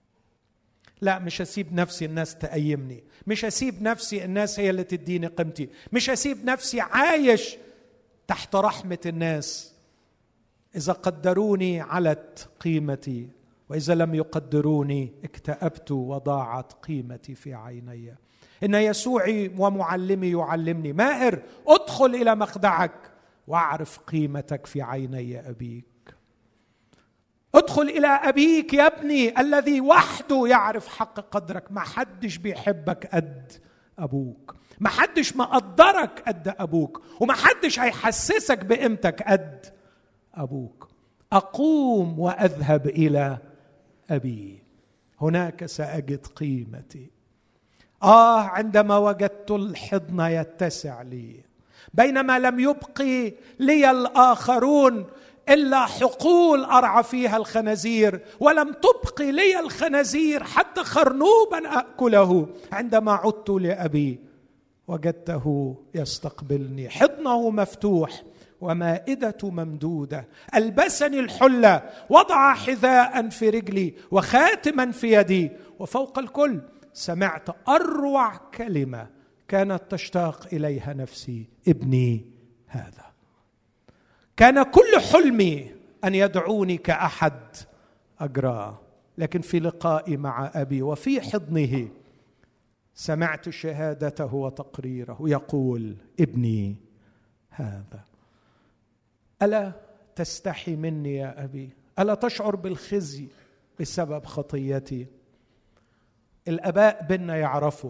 لا، مش هسيب نفسي الناس تقيمني، مش هسيب نفسي الناس هي اللي تديني قيمتي، مش هسيب نفسي عايش تحت رحمة الناس. إذا قدروني علت قيمتي، وإذا لم يقدروني اكتئبت وضاعت قيمتي في عيني. إن يسوعي ومعلمي يعلمني: ماهر، ادخل إلى مخدعك واعرف قيمتك في عيني أبيك. ادخل إلى أبيك يا ابني الذي وحده يعرف حق قدرك. ما حدش بيحبك قد أبوك، ما حدش مقدرك قد أبوك، وما حدش هيحسسك بقيمتك قد أبوك. أقوم وأذهب إلى أبي، هناك سأجد قيمتي. آه عندما وجدت الحضن يتسع لي، بينما لم يبقي لي الآخرون إلا حقول أرعى فيها الخنازير، ولم تبقي لي الخنازير حتى خرنوبا أكله. عندما عدت لأبي وجدته يستقبلني، حضنه مفتوح ومائدة ممدودة، ألبسني الحلة، وضع حذاء في رجلي وخاتما في يدي، وفوق الكل سمعت أروع كلمة كانت تشتاق إليها نفسي: ابني هذا. كان كل حلمي أن يدعوني كأحد أجراه، لكن في لقائي مع أبي وفي حضنه سمعت شهادته وتقريره يقول: ابني هذا. ألا تستحي مني يا أبي؟ ألا تشعر بالخزي بسبب خطيتي؟ الآباء بنا يعرفوا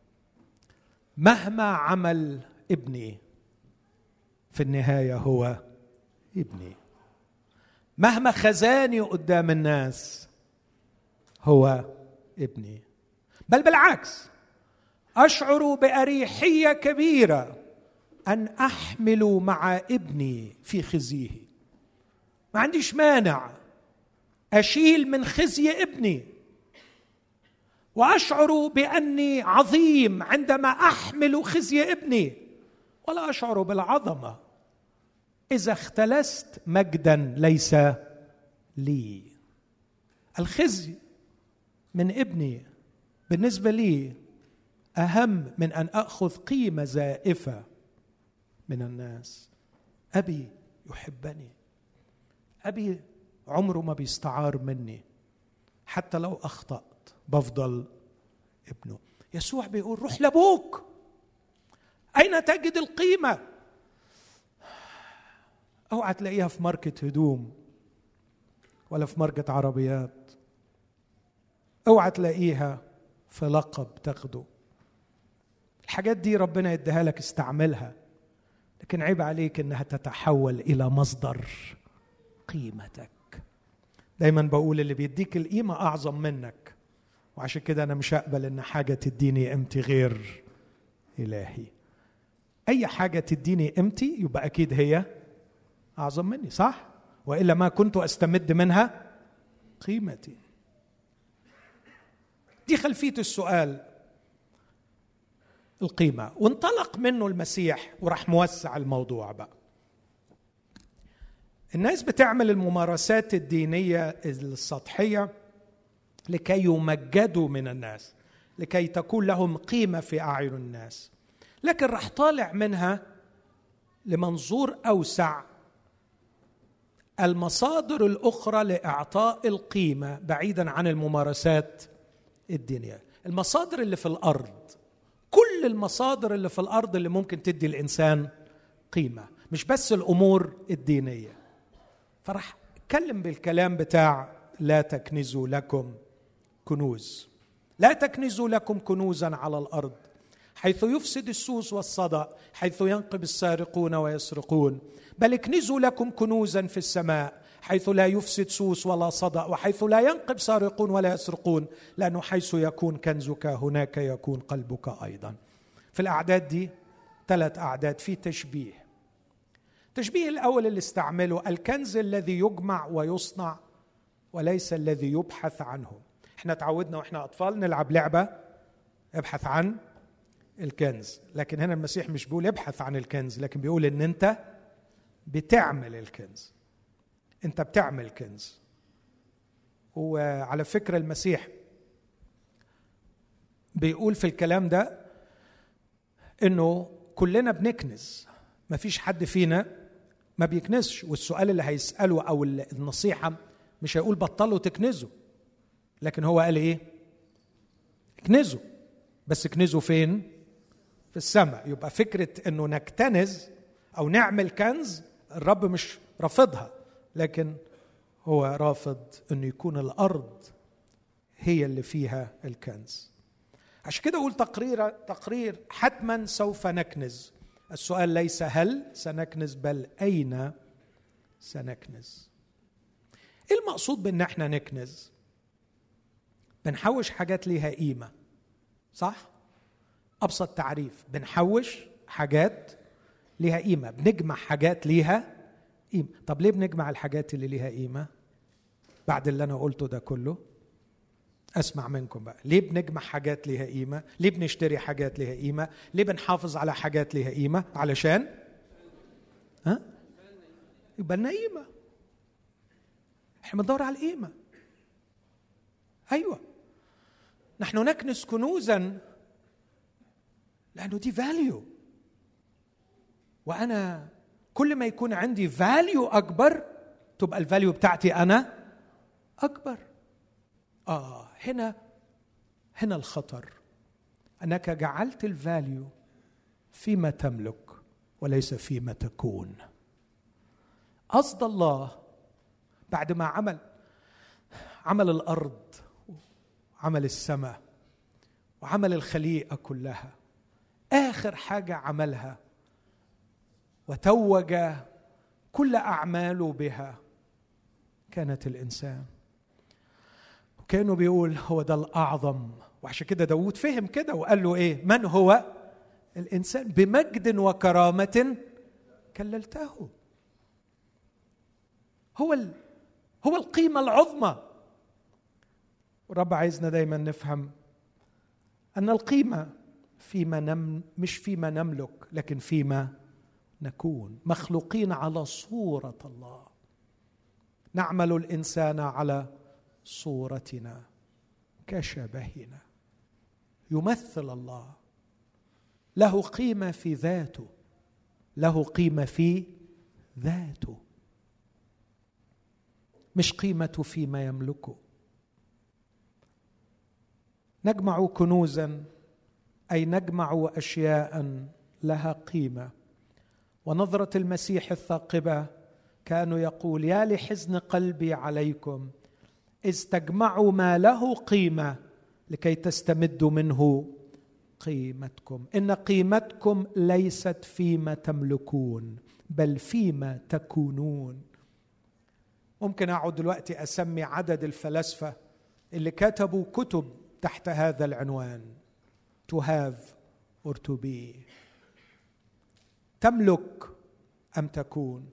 مهما عمل ابني في النهاية هو ابني، مهما خزاني قدام الناس هو ابني. بل بالعكس، أشعر بأريحية كبيرة أن أحمل مع ابني في خزيه. ما عنديش مانع أشيل من خزي ابني، وأشعر بأني عظيم عندما أحمل خزي ابني، ولا أشعر بالعظمة إذا اختلست مجدا ليس لي. الخزي من ابني بالنسبة لي أهم من أن أخذ قيمة زائفة من الناس. أبي يحبني، أبي عمره ما بيستعار مني، حتى لو أخطأت بفضل ابنه. يسوع بيقول: روح لأبوك. أين تجد القيمة؟ اوعى تلاقيها في ماركت هدوم ولا في ماركت عربيات، اوعى تلاقيها في لقب تاخده. الحاجات دي ربنا يديها لك، استعملها، لكن عيب عليك انها تتحول الى مصدر قيمتك. دايما بقول اللي بيديك القيمة اعظم منك وعشان كده أنا مش هقبل إن حاجة تديني قيمتي غير إلهي. أي حاجة تديني قيمتي يبقى أكيد هي أعظم مني، صح؟ وإلا ما كنت أستمد منها قيمتي. دي خلفية السؤال، القيمة. وانطلق منه المسيح وراح موسع الموضوع بقى. الناس بتعمل الممارسات الدينية السطحية لكي يمجدوا من الناس، لكي تكون لهم قيمة في أعين الناس، لكن راح طالع منها لمنظور أوسع، المصادر الأخرى لإعطاء القيمة بعيداً عن الممارسات الدينية. المصادر اللي في الأرض، كل المصادر اللي في الأرض اللي ممكن تدي الإنسان قيمة، مش بس الأمور الدينية. فرح اتكلم بالكلام بتاع لا تكنزوا لكم كنوز. لا تكنزوا لكم كنوزا على الأرض حيث يفسد السوس والصدأ، حيث ينقب السارقون ويسرقون، بل اكنزوا لكم كنوزا في السماء حيث لا يفسد سوس ولا صدأ، وحيث لا ينقب سارقون ولا يسرقون، لأنه حيث يكون كنزك هناك يكون قلبك أيضا. في الأعداد دي ثلاث أعداد في تشبيه. تشبيه الأول اللي استعمله الكنز الذي يجمع ويصنع وليس الذي يبحث عنه. احنا تعودنا واحنا أطفال نلعب لعبة ابحث عن الكنز، لكن هنا المسيح مش بيقول ابحث عن الكنز، لكن بيقول ان انت بتعمل الكنز. انت بتعمل كنز. وعلى فكرة المسيح بيقول في الكلام ده انه كلنا بنكنز، ما فيش حد فينا ما بيكنزش. والسؤال اللي هيسأله او النصيحة مش هيقول بطلوا تكنزوا، لكن هو قال ايه؟ اكنزوا، بس اكنزوا فين؟ في السماء. يبقى فكرة انه نكتنز او نعمل كنز الرب مش رافضها، لكن هو رافض انه يكون الارض هي اللي فيها الكنز. عشان كده اقول تقرير تقرير حتما سوف نكنز. السؤال ليس هل سنكنز، بل اين سنكنز. ايه المقصود بان احنا نكنز؟ بنحوش حاجات ليها قيمة، صح؟ ابسط تعريف، بنحوش حاجات ليها قيمة، بنجمع حاجات ليها قيمة. طب ليه بنجمع الحاجات اللي ليها قيمة بعد اللي أنا قلته ده كله؟ أسمع منكم بقى. ليه بنجمع حاجات ليها قيمة؟ ليه بنشتري حاجات ليها قيمة؟ ليه بنحافظ على حاجات ليها قيمة؟ علشان ها؟ يبقى لنا قيمة. احنا بندور على القيمة. أيوة، نحن نكنس كنوزا لأنه دي فاليو، وأنا كل ما يكون عندي فاليو أكبر تبقى الفاليو بتاعتي أنا أكبر. آه هنا هنا الخطر، أنك جعلت الفاليو فيما تملك وليس فيما تكون. قصد الله بعد ما عمل عمل الأرض وعمل السماء وعمل الخليقة كلها، آخر حاجة عملها وتوج كل أعماله بها كانت الإنسان. وكانوا بيقول هو ده الأعظم. وعشان كده داود فهم كده وقال له إيه؟ من هو الإنسان؟ بمجد وكرامة كللته. هو ال... هو القيمة العظمى. والرب عايزنا دايما نفهم أن القيمة فيما نم... مش فيما نملك، لكن فيما نكون. مخلوقين على صورة الله، نعمل الإنسان على صورتنا كشبهنا. يمثل الله، له قيمة في ذاته، له قيمة في ذاته، مش قيمته فيما يملكه. نجمع كنوزا أي نجمع أشياء لها قيمة. ونظرة المسيح الثاقبة كانوا يقول يا لحزن قلبي عليكم إذ تجمعوا ما له قيمة لكي تستمدوا منه قيمتكم. إن قيمتكم ليست فيما تملكون بل فيما تكونون. ممكن أقعد دلوقتي أسمي عدد الفلاسفة اللي كتبوا كتب تحت هذا العنوان: to have or to be. تملك أم تكون؟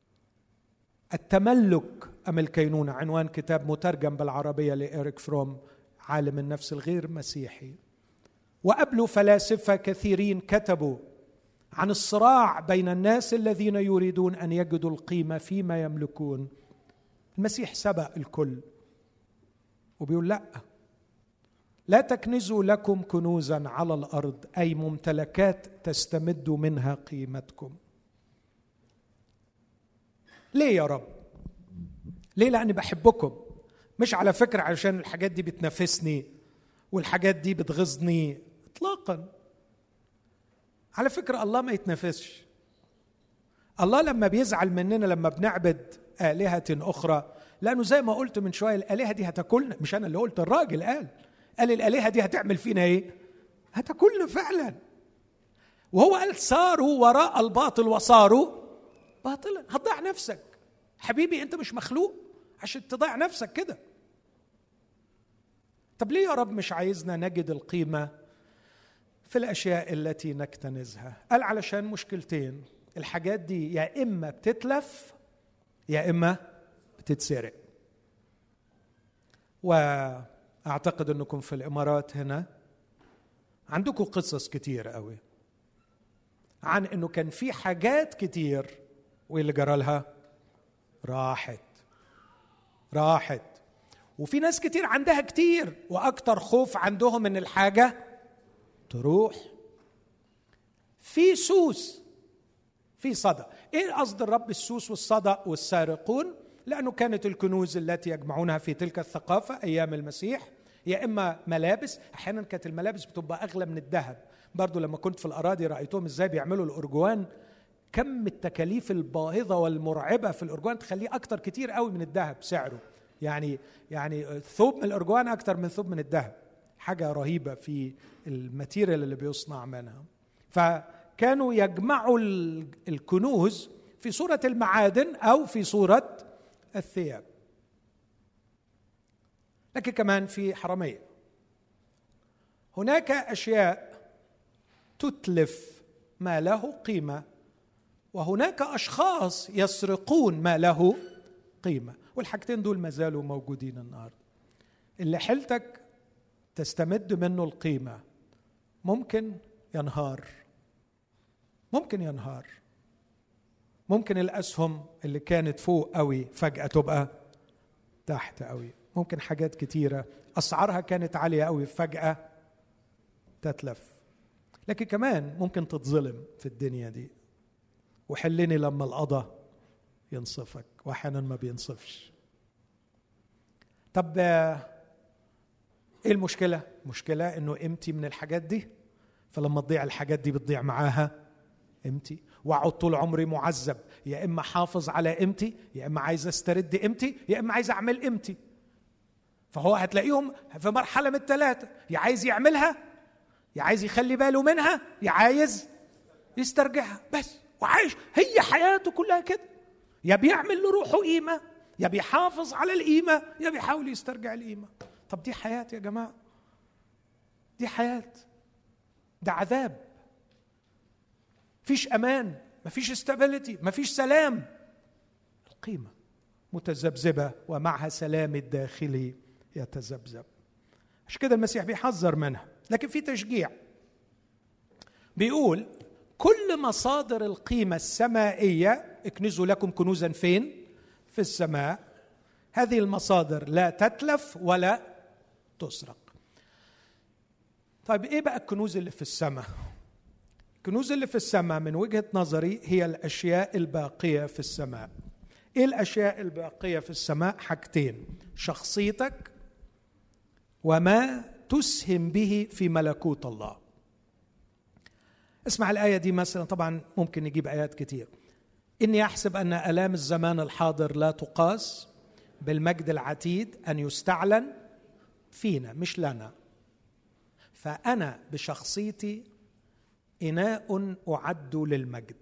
التملك أم الكينونة؟ عنوان كتاب مترجم بالعربية لإيريك فروم، عالم النفس الغير مسيحي. وقبله فلاسفة كثيرين كتبوا عن الصراع بين الناس الذين يريدون أن يجدوا القيمة فيما يملكون. المسيح سبق الكل وبيقول لا، لا تكنزوا لكم كنوزا على الأرض، أي ممتلكات تستمدوا منها قيمتكم. ليه يا رب؟ ليه؟ لأني بحبكم، مش على فكرة علشان الحاجات دي بتنافسني والحاجات دي بتغيظني إطلاقا. على فكرة الله ما يتنافسش. الله لما بيزعل مننا لما بنعبد آلهة أخرى، لأنه زي ما قلت من شوية الآلهة دي هتاكلنا. مش أنا اللي قلت، الراجل قال قال الآلهة دي هتعمل فينا إيه؟ هتاكلنا فعلا. وهو قال ساروا وراء الباطل وصاروا باطلا. هتضيع نفسك حبيبي، أنت مش مخلوق عشان تضيع نفسك كده. طب ليه يا رب مش عايزنا نجد القيمة في الأشياء التي نكتنزها؟ قال علشان مشكلتين: الحاجات دي يا إما بتتلف يا إما بتتسرق. وأعتقد أنكم في الإمارات هنا عندكم قصص كتير قوي عن أنه كان في حاجات كتير واللي جرى لها راحت راحت وفي ناس كتير عندها كتير وأكتر خوف عندهم أن الحاجة تروح. في سوس في صدى. إيه قصد الرب السوس والصدى والسارقون؟ لأنه كانت الكنوز التي يجمعونها في تلك الثقافة أيام المسيح يا إما ملابس. أحيانا كانت الملابس بتبقى أغلى من الذهب. برضو لما كنت في الأراضي رأيتهم إزاي بيعملوا الأرجوان، كم التكاليف الباهظة والمرعبة في الأرجوان تخليه أكتر كتير قوي من الذهب سعره. يعني يعني ثوب من الأرجوان أكتر من ثوب من الذهب. حاجة رهيبة في الماتيريال اللي بيصنع منها. فكانوا يجمعوا الكنوز في صورة المعادن أو في صورة الثياب. لكن كمان في حرامية. هناك أشياء تتلف ما له قيمة، وهناك أشخاص يسرقون ما له قيمة. والحاجتين دول ما زالوا موجودين النهاردة. اللي حيلتك تستمد منه القيمة ممكن ينهار، ممكن ينهار. ممكن الأسهم اللي كانت فوق قوي فجأة تبقى تحت قوي. ممكن حاجات كتيرة أسعارها كانت عالية قوي فجأة تتلف. لكن كمان ممكن تتظلم في الدنيا دي. وحلني لما القضاء ينصفك، وأحيانا ما بينصفش. طب ايه المشكلة؟ مشكلة انه قيمتي من الحاجات دي، فلما تضيع الحاجات دي بتضيع معاها قيمتي. واقعد طول عمري معذب، يا اما حافظ على قيمتي، يا اما عايز استرد قيمتي، يا اما عايز اعمل قيمتي. فهو هتلاقيهم في مرحلة من الثلاثة: يا عايز يعملها، يا عايز يخلي باله منها، يا عايز يسترجعها بس. وعايش هي حياته كلها كده، يا بيعمل لروحه قيمة، يا بيحافظ على القيمة، يا بيحاول يسترجع القيمة. طب دي حياة يا جماعة؟ دي حياة؟ ده عذاب. مفيش أمان، مفيش استابيليتي، مفيش سلام. القيمة متذبذبة ومعها سلام الداخلي يتذبذب. عشان كده المسيح بيحذر منها. لكن في تشجيع، بيقول كل مصادر القيمة السمائية اكنزوا لكم كنوزا فين؟ في السماء. هذه المصادر لا تتلف ولا تسرق. طيب ايه بقى الكنوز اللي في السماء؟ الكنوز اللي في السماء من وجهة نظري هي الأشياء الباقية في السماء. ايه الأشياء الباقية في السماء؟ حاجتين: شخصيتك وما تسهم به في ملكوت الله. اسمع الآية دي مثلا، طبعا ممكن نجيب آيات كتير. إني أحسب أن آلام الزمان الحاضر لا تقاس بالمجد العتيد أن يستعلن فينا، مش لنا. فأنا بشخصيتي إناء أعد للمجد.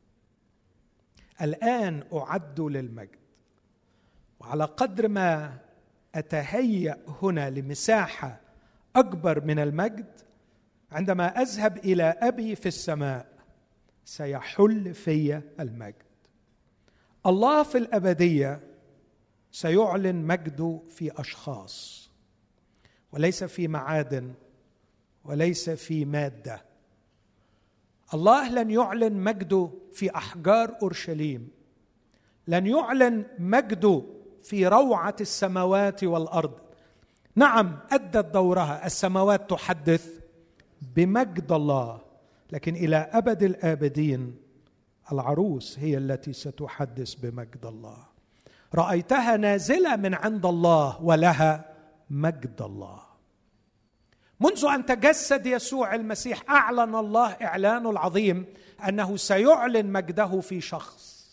الآن أعد للمجد، وعلى قدر ما أتهيأ هنا لمساحة أكبر من المجد. عندما أذهب إلى أبي في السماء سيحل في المجد. الله في الأبدية سيعلن مجده في أشخاص، وليس في معادن، وليس في مادة. الله لن يعلن مجده في أحجار أورشليم، لن يعلن مجده في روعة السماوات والأرض. نعم أدت دورها، السماوات تحدث بمجد الله، لكن إلى أبد الآبدين العروس هي التي ستحدث بمجد الله. رأيتها نازلة من عند الله ولها مجد الله. منذ أن تجسد يسوع المسيح أعلن الله إعلانه العظيم أنه سيعلن مجده في شخص.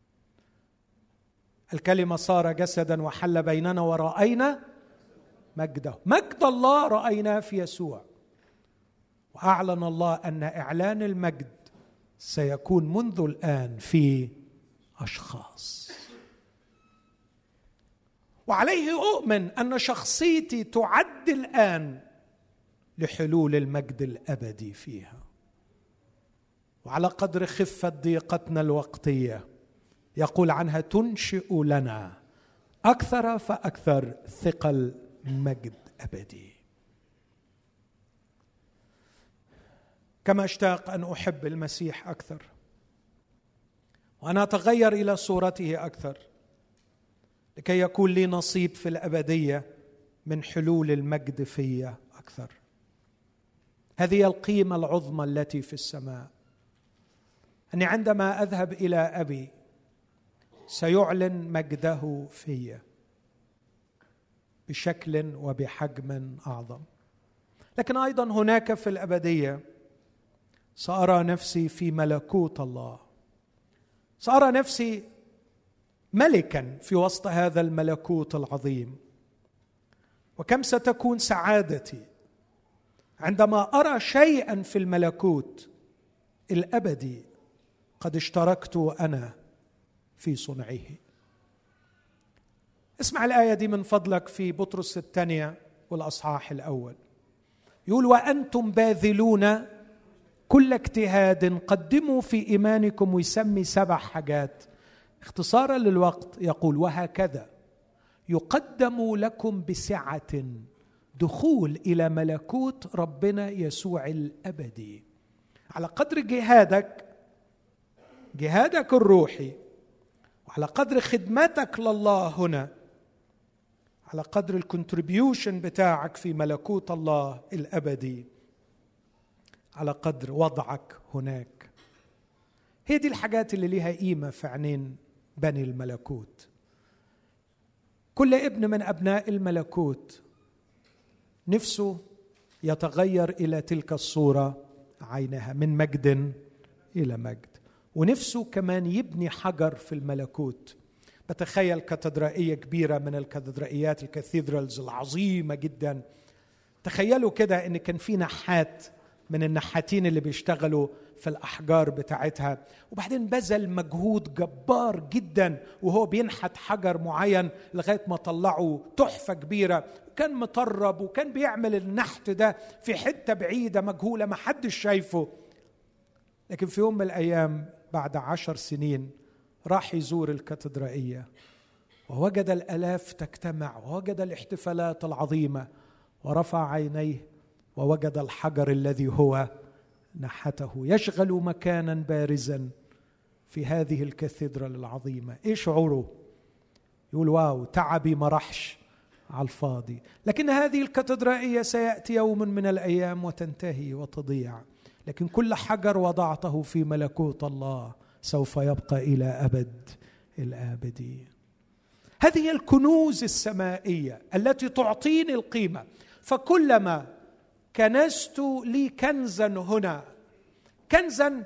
الكلمة صار جسدا وحل بيننا ورأينا مجده. مجد الله رأيناه في يسوع، وأعلن الله أن إعلان المجد سيكون منذ الآن في أشخاص. وعليه أؤمن أن شخصيتي تعد الآن لحلول المجد الأبدي فيها. وعلى قدر خفة ضيقتنا الوقتية يقول عنها تنشئ لنا أكثر فأكثر ثقل مجد أبدي. كما اشتاق أن أحب المسيح أكثر وأنا أتغير إلى صورته أكثر لكي يكون لي نصيب في الأبدية من حلول المجد في أكثر. هذه القيمة العظمى التي في السماء، أني عندما أذهب إلى أبي سيعلن مجده في بشكل وبحجم أعظم. لكن أيضا هناك في الأبدية سأرى نفسي في ملكوت الله، سأرى نفسي ملكا في وسط هذا الملكوت العظيم. وكم ستكون سعادتي عندما أرى شيئا في الملكوت الأبدي قد اشتركت أنا في صنعه. اسمع الآية دي من فضلك في بطرس الثانية والأصحاح الأول، يقول وأنتم باذلون كل اجتهاد قدموا في إيمانكم، ويسمي سبع حاجات اختصارا للوقت. يقول وهكذا يقدم لكم بسعة دخول إلى ملكوت ربنا يسوع الأبدي. على قدر جهادك جهادك الروحي، وعلى قدر خدمتك لله هنا، على قدر الكونتريبيوشن بتاعك في ملكوت الله الأبدي، على قدر وضعك هناك. هي دي الحاجات اللي ليها قيمة في عينين بني الملكوت. كل ابن من أبناء الملكوت نفسه يتغير إلى تلك الصورة عينها، من مجد إلى مجد. ونفسه كمان يبني حجر في الملكوت. بتخيل كاتدرائية كبيرة من الكاتدرائيات الكاثيدرالز العظيمة جدا. تخيلوا كده إن كان في نحات من النحاتين اللي بيشتغلوا في الأحجار بتاعتها، وبعدين بذل مجهود جبار جدا وهو بينحت حجر معين لغاية ما طلعوا تحفة كبيرة. كان مطرب وكان بيعمل النحت ده في حتة بعيدة مجهولة ما حدش شايفه. لكن في يوم من الأيام بعد عشر سنين راح يزور الكاتدرائية ووجد الآلاف تجتمع ووجد الاحتفالات العظيمة، ورفع عينيه ووجد الحجر الذي هو نحته يشغل مكانا بارزا في هذه الكاتدرال العظيمة. ايه شعوره؟ يقول واو، تعبي ما راحش على الفاضي. لكن هذه الكاتدرائية سيأتي يوم من الأيام وتنتهي وتضيع، لكن كل حجر وضعته في ملكوت الله سوف يبقى إلى أبد الآبدين. هذه هي الكنوز السمائية التي تعطيني القيمة. فكلما كنست لي كنزا هنا، كنزا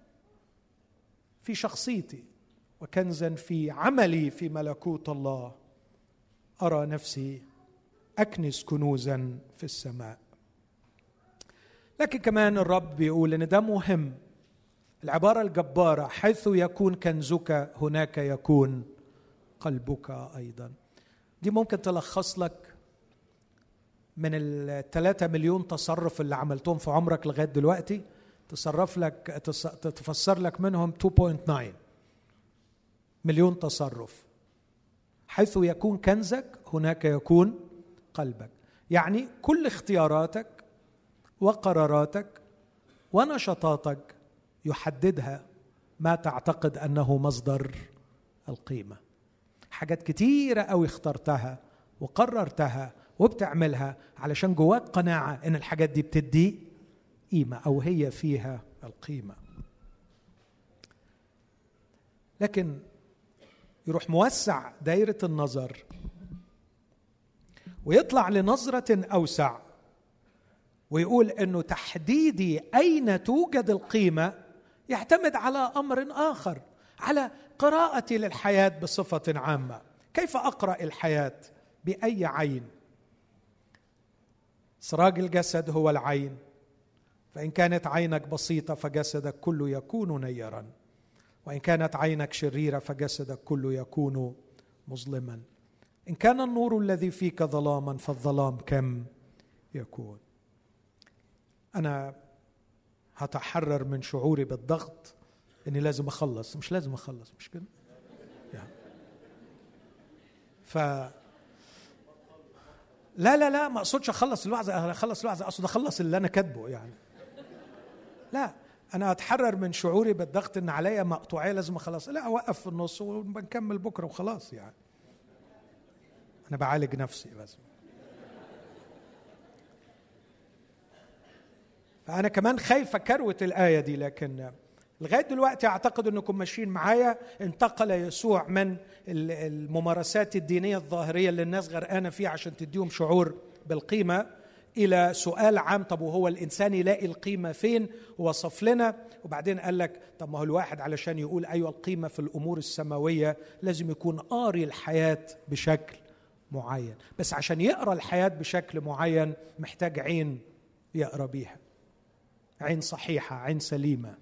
في شخصيتي وكنزا في عملي في ملكوت الله، أرى نفسي أكنز كنوزا في السماء. لكن كمان الرب بيقول إن ده مهم. العبارة الجبارة حيث يكون كنزك هناك يكون قلبك أيضا. دي ممكن تلخص لك من الثلاثة مليون تصرف اللي عملتهم في عمرك لغاية دلوقتي تصرف لك تفسر لك منهم اثنين فاصلة تسعة مليون تصرف. حيث يكون كنزك هناك يكون قلبك. يعني كل اختياراتك وقراراتك ونشاطاتك يحددها ما تعتقد أنه مصدر القيمة. حاجات كتيرة أوي اخترتها وقررتها وبتعملها علشان جواك قناعة إن الحاجات دي بتدي قيمة أو هي فيها القيمة. لكن يروح موسع دايرة النظر ويطلع لنظرة أوسع ويقول إنه تحديدي أين توجد القيمة يعتمد على أمر آخر، على قراءتي للحياة بصفة عامة. كيف أقرأ الحياة؟ بأي عين؟ سراج الجسد هو العين، فإن كانت عينك بسيطة فجسدك كله يكون نيرا، وإن كانت عينك شريرة فجسدك كله يكون مظلما. إن كان النور الذي فيك ظلاما فالظلام كم يكون. أنا هتحرر من شعوري بالضغط إني لازم أخلص. مش لازم أخلص، مش كده يعني. ف لا لا لا ما أقصدش أخلص الوعظ أخلص الوعظ أقصد أخلص اللي أنا كاتبه يعني. لا، أنا أتحرر من شعوري بالضغط إن عليا مقطوعية لازم أخلص. لا، أوقف في النص وبنكمل بكرة وخلاص يعني. أنا بعالج نفسي بس. فأنا كمان خايف أكروت الآية دي، لكن لغاية دلوقتي أعتقد أنكم ماشيين معايا. انتقل يسوع من الممارسات الدينية الظاهرية اللي الناس غرقانة فيها عشان تديهم شعور بالقيمة إلى سؤال عام: طب وهو الإنسان يلاقي القيمة فين؟ ووصف لنا. وبعدين قال لك طب ما هو الواحد علشان يقول أيوة القيمة في الأمور السماوية لازم يكون قاري الحياة بشكل معين. بس عشان يقرأ الحياة بشكل معين محتاج عين يقرأ بيها، عين صحيحة، عين سليمة.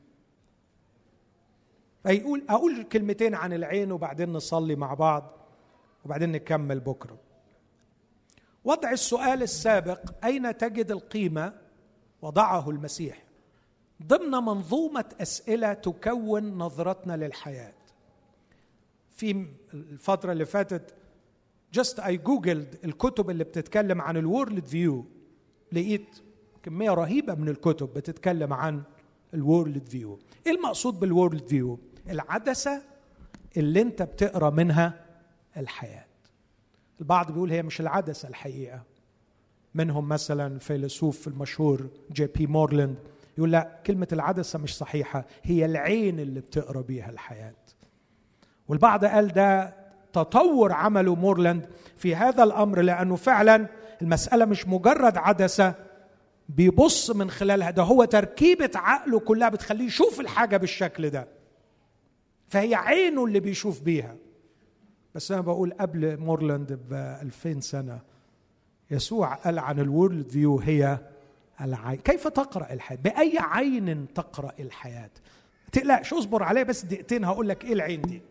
فيقول أقول كلمتين عن العين وبعدين نصلي مع بعض وبعدين نكمل بكرة. وضع السؤال السابق أين تجد القيمة وضعه المسيح ضمن منظومة أسئلة تكون نظرتنا للحياة. في الفترة اللي فاتت just I googled الكتب اللي بتتكلم عن الورلد فيو، لقيت كمية رهيبة من الكتب بتتكلم عن الورلد فيو. ايه المقصود بالورلد فيو؟ العدسة اللي انت بتقرأ منها الحياة. البعض بيقول هي مش العدسة الحقيقة. منهم مثلا فيلسوف المشهور جي بي مورلاند يقول لا، كلمة العدسة مش صحيحة، هي العين اللي بتقرأ بيها الحياة. والبعض قال ده تطور عمله مورلاند في هذا الأمر، لأنه فعلا المسألة مش مجرد عدسة بيبص من خلالها، ده هو تركيبة عقله كلها بتخليه يشوف الحاجة بالشكل ده، فهي عينه اللي بيشوف بيها. بس أنا بقول قبل مورلاند بألفين سنة يسوع قال عن الورلد فيو هي العين. كيف تقرأ الحياة؟ بأي عين تقرأ الحياة؟ تقلقش، اصبر عليه بس دقيقتين هقول لك ايه العين دي.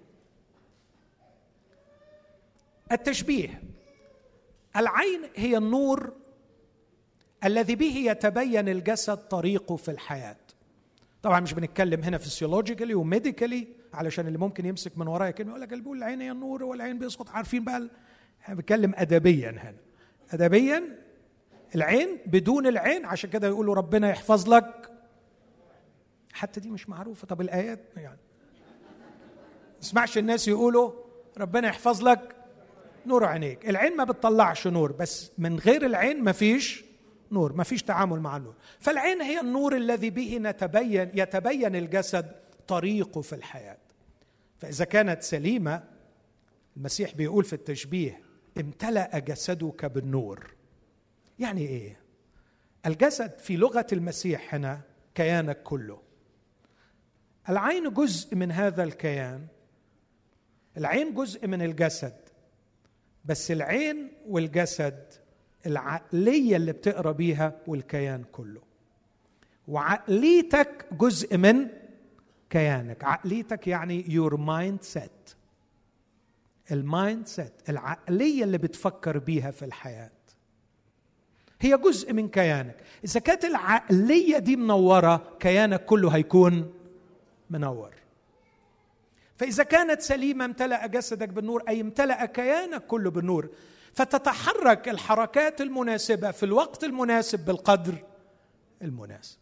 التشبيه: العين هي النور الذي به يتبين الجسد طريقه في الحياة. طبعا مش بنتكلم هنا فيسيولوجيكالي وميديكالي علشان اللي ممكن يمسك من ورايا كلمه يقول لك اللي بيقول العين هي النور والعين بيسقط. عارفين بقى احنا بنتكلم ادبيا هنا. ادبيا العين بدون العين، عشان كده يقولوا ربنا يحفظ لك. حتى دي مش معروفه. طب الايات يعني اسمعش الناس يقولوا ربنا يحفظ لك نور عينيك. العين ما بتطلعش نور، بس من غير العين ما فيش نور، ما فيش تعامل مع النور. فالعين هي النور الذي به نتبين يتبين الجسد طريقه في الحياة. فإذا كانت سليمة، المسيح بيقول في التشبيه امتلأ جسدك بالنور. يعني إيه؟ الجسد في لغة المسيح هنا كيانك كله. العين جزء من هذا الكيان، العين جزء من الجسد، بس العين والجسد العقلية اللي بتقرأ بيها والكيان كله. وعقليتك جزء من كيانك. عقليتك يعني your mindset، المايند سيت، العقلية اللي بتفكر بيها في الحياة. هي جزء من كيانك. إذا كانت العقلية دي منورة كيانك كله هيكون منور. فإذا كانت سليمة امتلأ جسدك بالنور، أي امتلأ كيانك كله بالنور، فتتحرك الحركات المناسبة في الوقت المناسب بالقدر المناسب.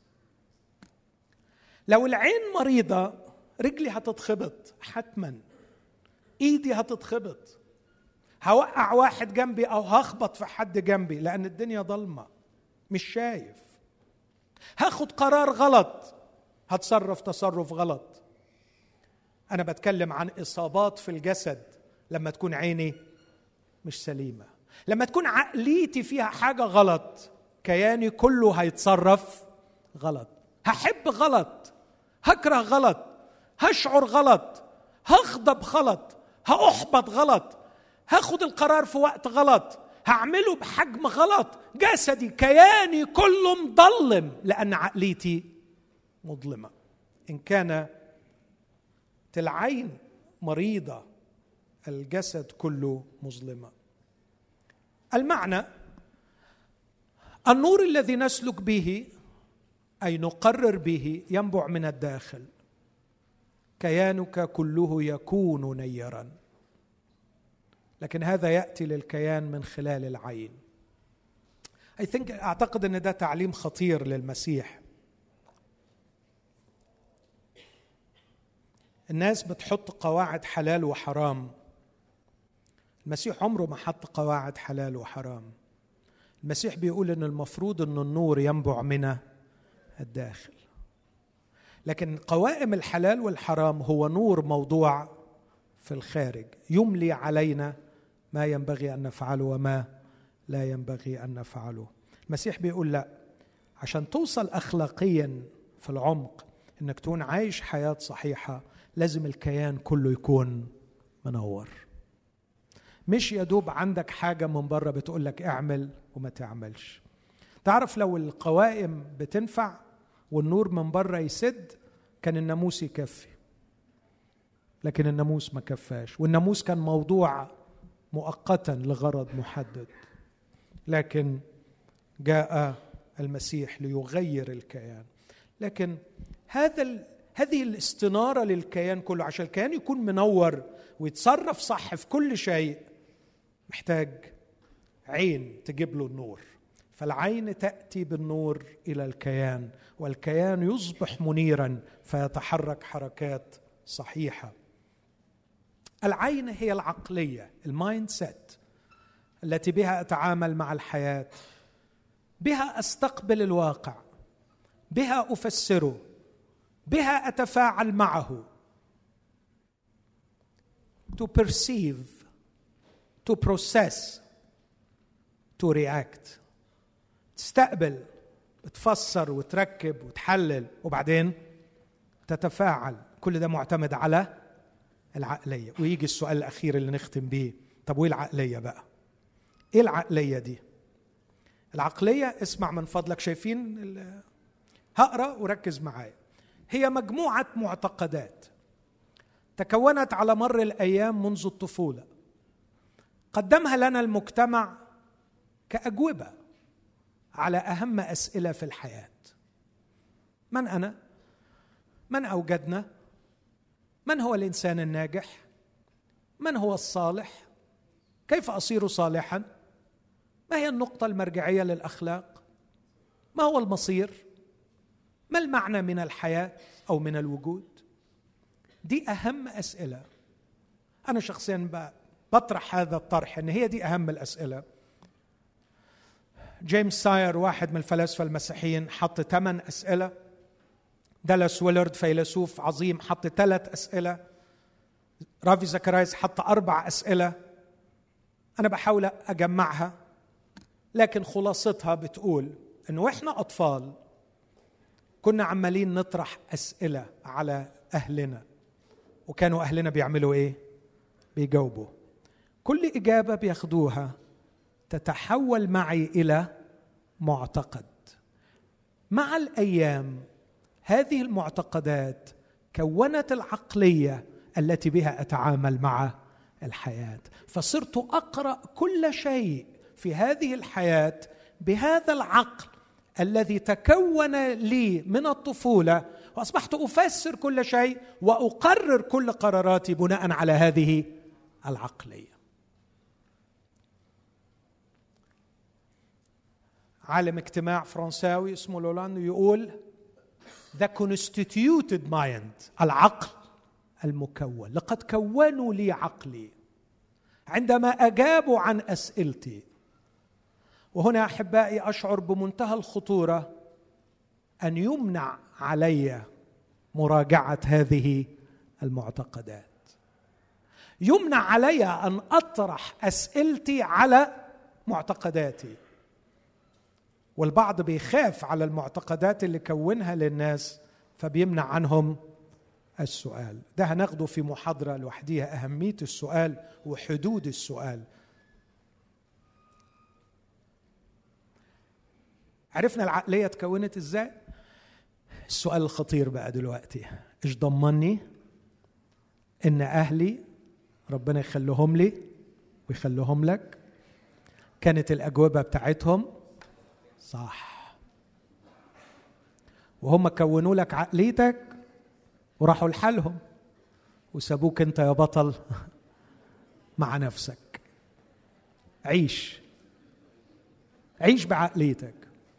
لو العين مريضة رجلي هتتخبط حتما، ايدي هتتخبط، هوقع واحد جنبي او هخبط في حد جنبي لان الدنيا ضلمة مش شايف. هاخد قرار غلط، هتصرف تصرف غلط. انا بتكلم عن اصابات في الجسد لما تكون عيني مش سليمة، لما تكون عقليتي فيها حاجة غلط كياني كله هيتصرف غلط. هحب غلط، هكره غلط، هشعر غلط، هغضب غلط، هأحبط غلط، هاخد القرار في وقت غلط، هعمله بحجم غلط. جسدي كياني كله مظلم لأن عقليتي مظلمة. إن كانت العين مريضة الجسد كله مظلمة. المعنى النور الذي نسلك به أي نقرر به ينبع من الداخل. كيانك كله يكون نيرا، لكن هذا يأتي للكيان من خلال العين. I think أعتقد أن ده تعليم خطير للمسيح. الناس بتحط قواعد حلال وحرام، المسيح عمره ما حط قواعد حلال وحرام. المسيح بيقول أن المفروض أن النور ينبع من الداخل، لكن قوائم الحلال والحرام هو نور موضوع في الخارج يملي علينا ما ينبغي أن نفعله وما لا ينبغي أن نفعله. المسيح بيقول لا، عشان توصل أخلاقيا في العمق أنك تكون عايش حياة صحيحة لازم الكيان كله يكون منور، مش يدوب عندك حاجة من بره بتقولك اعمل وما تعملش. تعرف لو القوائم بتنفع والنور من بره يسد كان الناموس يكفي، لكن الناموس ما كفاش، والناموس كان موضوع مؤقتا لغرض محدد، لكن جاء المسيح ليغير الكيان. لكن هذا ال... هذه الاستنارة للكيان كله عشان الكيان يكون منور ويتصرف صح في كل شيء محتاج عين تجيب له النور. فالعين تأتي بالنور إلى الكيان، والكيان يصبح منيرا فيتحرك حركات صحيحة. العين هي العقلية، المايند سيت التي بها أتعامل مع الحياة، بها أستقبل الواقع، بها أفسره، بها أتفاعل معه. to perceive, to process, to react. تستقبل، تفسر وتركب وتحلل وبعدين تتفاعل. كل ده معتمد على العقلية. ويجي السؤال الأخير اللي نختم بيه، طب وإيه العقلية بقى؟ إيه العقلية دي؟ العقلية، اسمع من فضلك، شايفين؟ هقرأ وركز معايا. هي مجموعة معتقدات تكونت على مر الأيام منذ الطفولة، قدمها لنا المجتمع كأجوبة على أهم أسئلة في الحياة. من أنا؟ من أوجدنا؟ من هو الإنسان الناجح؟ من هو الصالح؟ كيف أصير صالحا؟ ما هي النقطة المرجعية للأخلاق؟ ما هو المصير؟ ما المعنى من الحياة أو من الوجود؟ دي أهم أسئلة. أنا شخصيا بطرح هذا الطرح إن هي دي أهم الأسئلة. جيمس ساير واحد من الفلاسفة المسيحيين حط ثمان أسئلة. دالاس ويلارد فيلسوف عظيم حط ثلاث أسئلة. رافي زكرايس حط أربع أسئلة. أنا بحاول أجمعها، لكن خلاصتها بتقول إنه إحنا أطفال كنا عمالين نطرح أسئلة على أهلنا، وكانوا أهلنا بيعملوا إيه؟ بيجاوبوا. كل إجابة بياخدوها تتحول معي إلى معتقد. مع الأيام هذه المعتقدات كونت العقلية التي بها أتعامل مع الحياة، فصرت أقرأ كل شيء في هذه الحياة بهذا العقل الذي تكون لي من الطفولة، وأصبحت أفسر كل شيء وأقرر كل قراراتي بناء على هذه العقلية. عالم اجتماع فرنساوي اسمه لولاند يقول The constituted mind، العقل المكون. لقد كونوا لي عقلي عندما أجابوا عن أسئلتي. وهنا أحبائي أشعر بمنتهى الخطورة أن يمنع علي مراجعة هذه المعتقدات، يمنع علي أن أطرح أسئلتي على معتقداتي. والبعض بيخاف على المعتقدات اللي كونها للناس فبيمنع عنهم السؤال. ده هناخده في محاضرة لوحديها، أهمية السؤال وحدود السؤال. عرفنا العقلية تكونت إزاي؟ السؤال الخطير بقى دلوقتي، إيش ضمني إن أهلي ربنا يخليهم لي ويخليهم لك كانت الأجوبة بتاعتهم صح، وهم كونوا لك عقليتك وراحوا لحالهم وسابوك أنت يا بطل مع نفسك. عيش عيش بعقليتك.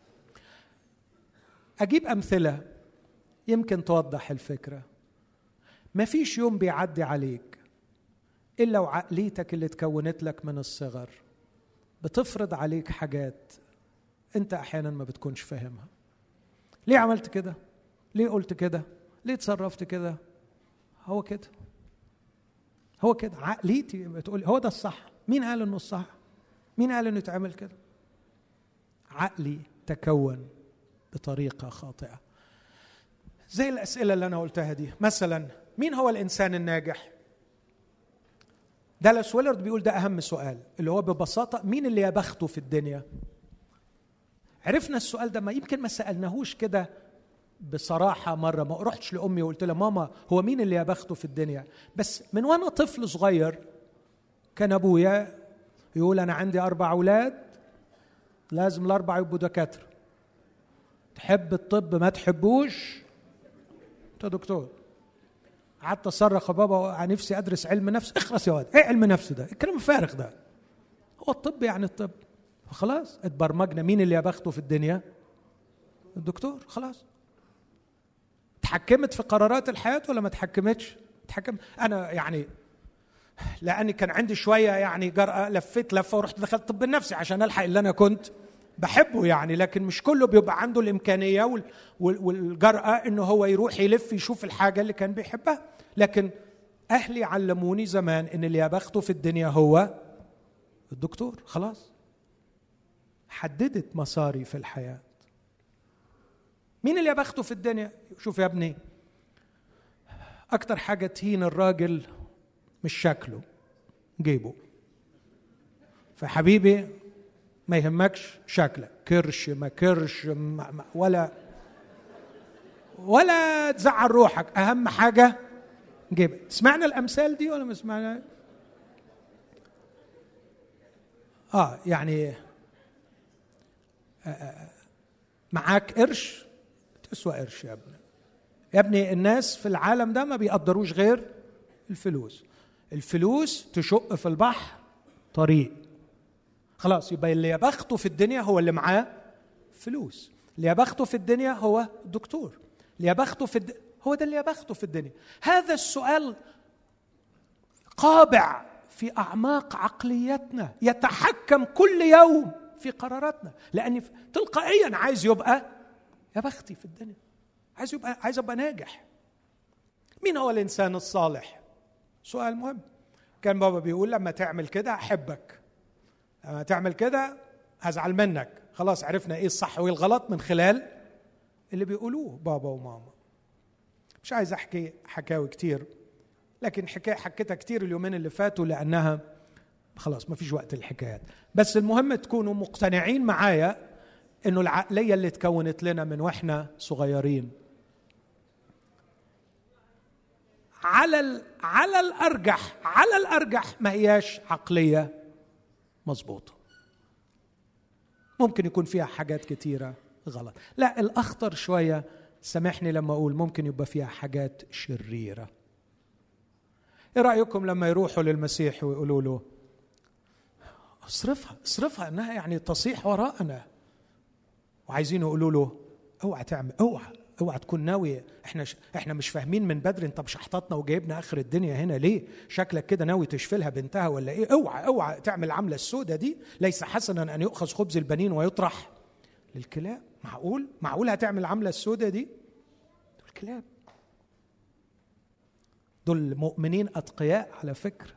أجيب أمثلة يمكن توضح الفكرة. ما فيش يوم بيعدي عليك إلا وعقليتك اللي تكونت لك من الصغر بتفرض عليك حاجات أنت أحيانا ما بتكونش فاهمها. ليه عملت كده؟ ليه قلت كده؟ ليه تصرفت كده؟ هو كده هو كده عقليتي بتقول هو ده الصح. مين قال إنه الصح؟ مين قال إنه يتعمل كده؟ عقلي تكون بطريقة خاطئة. زي الأسئلة اللي أنا قلتها دي. مثلا مين هو الإنسان الناجح؟ دالاس ويلرد بيقول ده أهم سؤال، اللي هو ببساطة مين اللي يا بخته في الدنيا؟ عرفنا السؤال ده، ما يمكن ما سألناهوش كده بصراحة مرة، ما رحتش لأمي وقلت لها ماما هو مين اللي يا بخته في الدنيا؟ بس من وأنا طفل صغير كان أبويا يقول أنا عندي أربع أولاد لازم الأربع يبقوا دكاترة، تحب الطب ما تحبوش أنت دكتور. قعدت أصرخ يا بابا عن نفسي أدرس علم نفس. اخرس يا واد، إيه علم نفس ده؟ الكلام الفارغ ده. هو الطب يعني الطب، خلاص اتبرمجنا. مين اللي يبخته في الدنيا؟ الدكتور. خلاص تحكمت في قرارات الحياة ولا ما تحكمتش؟ تحكم. أنا يعني لأني كان عندي شوية يعني جرأة لفيت لفة ورحت دخلت طب النفسي عشان ألحق اللي أنا كنت بحبه يعني. لكن مش كله بيبقى عنده الإمكانية والجرأة إنه هو يروح يلف يشوف الحاجة اللي كان بيحبها. لكن أهلي علموني زمان إن اللي يبخته في الدنيا هو الدكتور. خلاص حددت مساري في الحياة. مين اللي يبخته في الدنيا؟ شوف يا ابني، أكتر حاجة تهين الراجل مش شكله، جيبه. فحبيبي ما يهمكش شكلك، كرش ما كرش ما ولا ولا تزعل روحك، أهم حاجة جيبك. سمعنا الأمثال دي ولا ما سمعنا؟ آه يعني آه معاك قرش تسوى قرش يا ابني. يا ابني الناس في العالم ده ما بيقدروش غير الفلوس. الفلوس تشق في البحر طريق. خلاص يبقى اللي يبخته في الدنيا هو اللي معاه فلوس. اللي يبخته في الدنيا هو الدكتور. اللي يبخته في الد... هو ده اللي يبخته في الدنيا. هذا السؤال قابع في أعماق عقليتنا، يتحكم كل يوم في قراراتنا، لأني تلقائيا عايز يبقى يا بختي في الدنيا، عايز يبقى عايز ابقى ناجح. مين هو الإنسان الصالح؟ سؤال مهم. كان بابا بيقول لما تعمل كده أحبك، لما تعمل كده هزعل منك. خلاص عرفنا إيه الصح وإيه الغلط من خلال اللي بيقولوه بابا وماما. مش عايز أحكي حكاوي كتير، لكن حكاية حكيتها كتير اليومين اللي فاتوا لأنها خلاص ما فيش وقت الحكايات. بس المهم تكونوا مقتنعين معايا إنه العقلية اللي تكونت لنا من وإحنا صغيرين على على الأرجح على الأرجح ما هياش عقلية مظبوطة. ممكن يكون فيها حاجات كتيرة غلط. لا، الأخطر شوية، سامحني لما أقول، ممكن يبقى فيها حاجات شريرة. إيه رأيكم لما يروحوا للمسيح ويقولوا له اصرفها اصرفها انها يعني تصيح وراءنا، وعايزين يقولوا له اوعى تعمل، اوعى اوعى تكون ناوي، احنا ش... احنا مش فاهمين من بدري، انت مش حطتنا وجايبنا اخر الدنيا هنا ليه؟ شكلك كده ناوي تشفلها بنتها ولا ايه؟ اوعى اوعى تعمل العمله السوداء دي، ليس حسنا ان يؤخذ خبز البنين ويطرح للكلاب. معقول معقول هتعمل العمله السوداء دي؟ الكلاب دول مؤمنين اتقياء على فكره.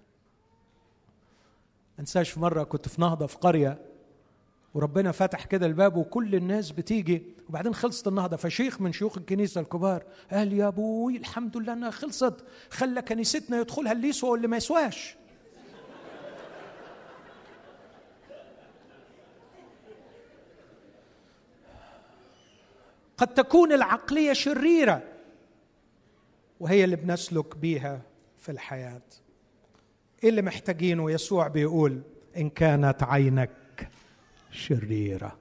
انساش في مره كنت في نهضه في قريه، وربنا فتح كده الباب وكل الناس بتيجي، وبعدين خلصت النهضه، فشيخ من شيوخ الكنيسه الكبار قال يا ابوي الحمد لله انها خلصت، خلى كنيستنا يدخلها اللي يسوى واللي ما يسواش. قد تكون العقليه شريره وهي اللي بنسلك بيها في الحياه. ايه اللي محتاجينه؟ يسوع بيقول ان كانت عينك شريرة.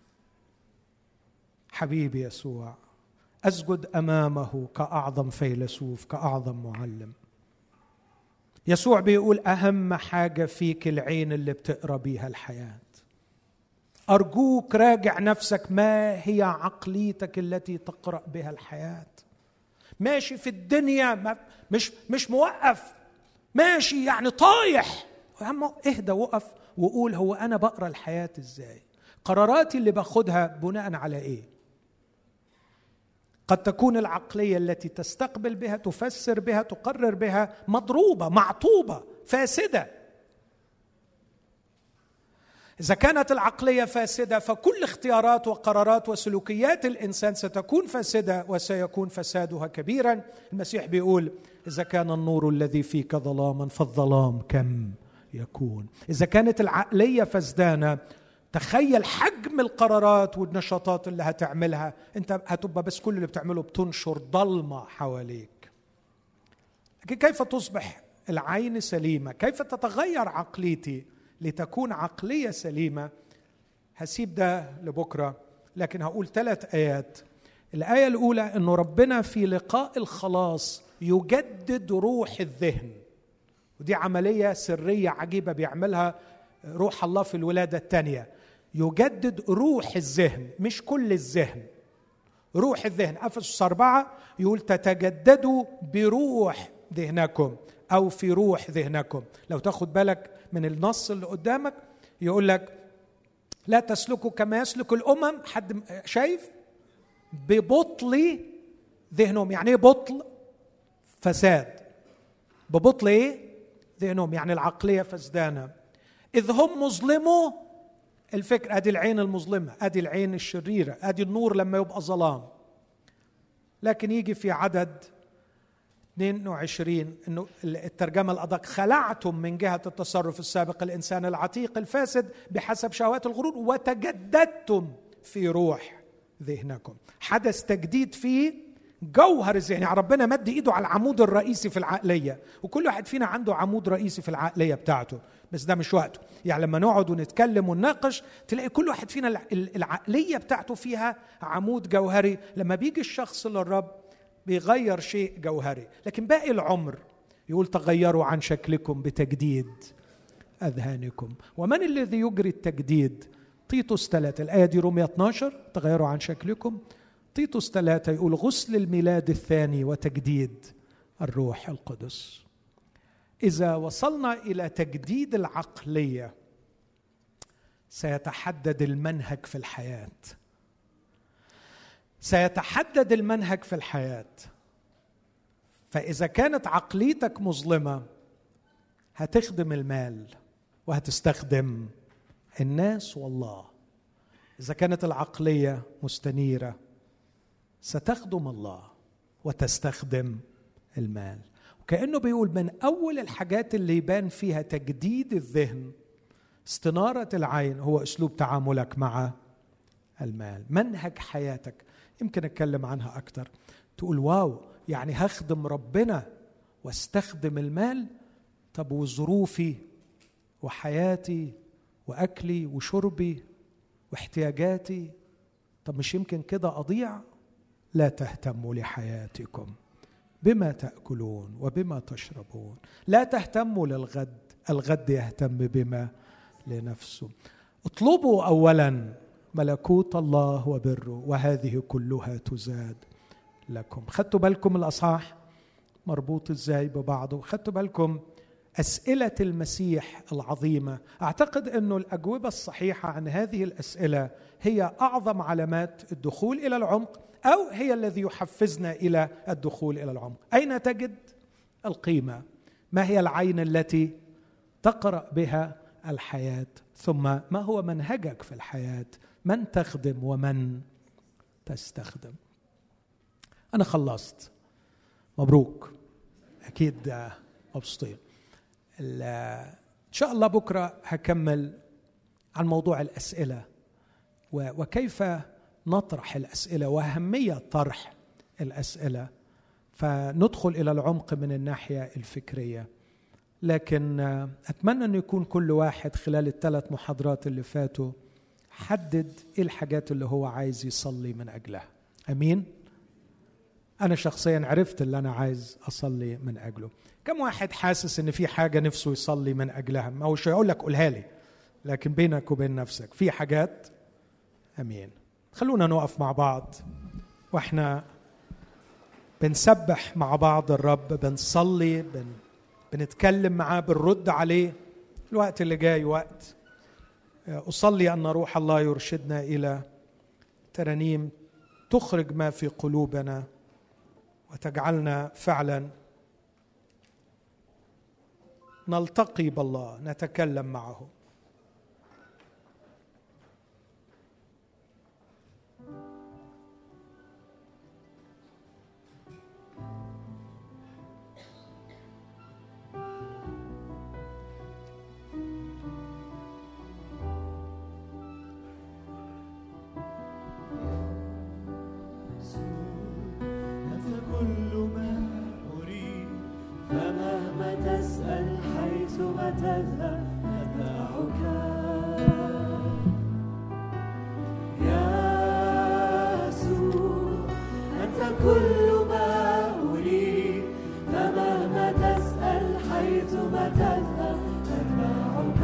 حبيبي يسوع، أسجد أمامه كأعظم فيلسوف، كأعظم معلم. يسوع بيقول أهم حاجة فيك العين اللي بتقرأ بيها الحياة. أرجوك راجع نفسك، ما هي عقليتك التي تقرأ بها الحياة؟ ماشي في الدنيا مش مش موقف، ماشي يعني طايح، يا عم اهدى وقف وقول هو أنا بقرأ الحياة إزاي؟ قراراتي اللي باخدها بناء على إيه؟ قد تكون العقلية التي تستقبل بها، تفسر بها، تقرر بها مضروبة، معطوبة، فاسدة. إذا كانت العقلية فاسدة فكل اختيارات وقرارات وسلوكيات الإنسان ستكون فاسدة وسيكون فسادها كبيرا. المسيح بيقول إذا كان النور الذي فيك ظلاما فالظلام كم يكون. إذا كانت العقلية فسدانة، تخيل حجم القرارات والنشاطات اللي هتعملها. أنت هتبقى بس كل اللي بتعمله بتنشر ضلمة حواليك. لكن كيف تصبح العين سليمة؟ كيف تتغير عقليتي لتكون عقلية سليمة؟ هسيب ده لبكرة، لكن هقول ثلاث آيات. الآية الأولى أنه ربنا في لقاء الخلاص يجدد روح الذهن، ودي عملية سرية عجيبة بيعملها روح الله في الولادة الثانية. يجدد روح الذهن، مش كل الذهن، روح الذهن. أفسس أربعة يقول تتجددوا بروح ذهنكم أو في روح ذهنكم. لو تاخد بالك من النص اللي قدامك يقول لك لا تسلكوا كما يسلك الأمم، حد شايف؟ ببطل ذهنهم. يعني ايه بطل؟ فساد. ببطل ايه؟ ذهنهم، يعني العقلية فسدانة. إذ هم مظلموا الفكر. ادي العين المظلمة، ادي العين الشريرة، ادي النور لما يبقى ظلام. لكن يجي في عدد اثنين وعشرين انه الترجمة الأدق خلعتم من جهة التصرف السابق الإنسان العتيق الفاسد بحسب شهوات الغرور وتجددتم في روح ذهنكم. حدث تجديد في جوهر الذهن. يعني ربنا مد ايده على العمود الرئيسي في العقلية، وكل واحد فينا عنده عمود رئيسي في العقلية بتاعته، بس ده مش وقته. يعني لما نقعد ونتكلم ونناقش تلاقي كل واحد فينا العقلية بتاعته فيها عمود جوهري. لما بيجي الشخص للرب بيغير شيء جوهري. لكن باقي العمر يقول تغيروا عن شكلكم بتجديد أذهانكم. ومن الذي يجري التجديد؟ تيتوس ثلاثة، الآية دي رومية اثناشر، تغيروا عن شكلكم. تيتوس ثلاثة يقول غسل الميلاد الثاني وتجديد الروح القدس. إذا وصلنا إلى تجديد العقلية سيتحدد المنهج في الحياة. سيتحدد المنهج في الحياة. فإذا كانت عقليتك مظلمة هتخدم المال وهتستخدم الناس والله. إذا كانت العقلية مستنيرة ستخدم الله وتستخدم المال. وكأنه بيقول من أول الحاجات اللي يبان فيها تجديد الذهن، استنارة العين، هو أسلوب تعاملك مع المال. منهج حياتك. يمكن أتكلم عنها أكتر. تقول واو، يعني هخدم ربنا واستخدم المال؟ طب وظروفي وحياتي وأكلي وشربي واحتياجاتي، طب مش يمكن كده أضيع؟ لا تهتموا لحياتكم بما تأكلون وبما تشربون، لا تهتموا للغد، الغد يهتم بما لنفسه. اطلبوا أولا ملكوت الله وبره وهذه كلها تزاد لكم. خدتوا بالكم الأصحاح مربوط ازاي ببعضه؟ خدتوا بالكم أسئلة المسيح العظيمة؟ أعتقد أنه الأجوبة الصحيحة عن هذه الأسئلة هي أعظم علامات الدخول إلى العمق، أو هي الذي يحفزنا إلى الدخول إلى العمق. أين تجد القيمة؟ ما هي العين التي تقرأ بها الحياة؟ ثم ما هو منهجك في الحياة؟ من تخدم ومن تستخدم؟ أنا خلصت، مبروك، أكيد مبسوطين. إن شاء الله بكرة هكمل عن موضوع الأسئلة وكيف نطرح الأسئلة وأهمية طرح الأسئلة، فندخل إلى العمق من الناحية الفكرية. لكن أتمنى أن يكون كل واحد خلال الثلاث محاضرات اللي فاتوا حدد إيه الحاجات اللي هو عايز يصلي من أجلها. أمين؟ أنا شخصيا عرفت اللي أنا عايز أصلي من أجله. كم واحد حاسس إن في حاجة نفسه يصلي من أجلها؟ ما هو شو يقول لك قولها لي، لكن بينك وبين نفسك في حاجات. أمين. خلونا نقف مع بعض وإحنا بنسبح مع بعض الرب، بنصلي، بن بنتكلم معاه، بنرد عليه. الوقت اللي جاي وقت أصلي أن روح الله يرشدنا إلى ترانيم تخرج ما في قلوبنا وتجعلنا فعلا نلتقي بالله، نتكلم معه. تذهب أتبعك يا يسوع، أنت كل ما أريد، فمهما تسأل حيثما تذهب أتبعك.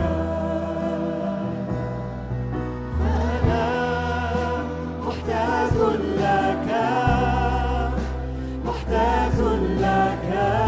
فأنا محتاج لك، محتاج لك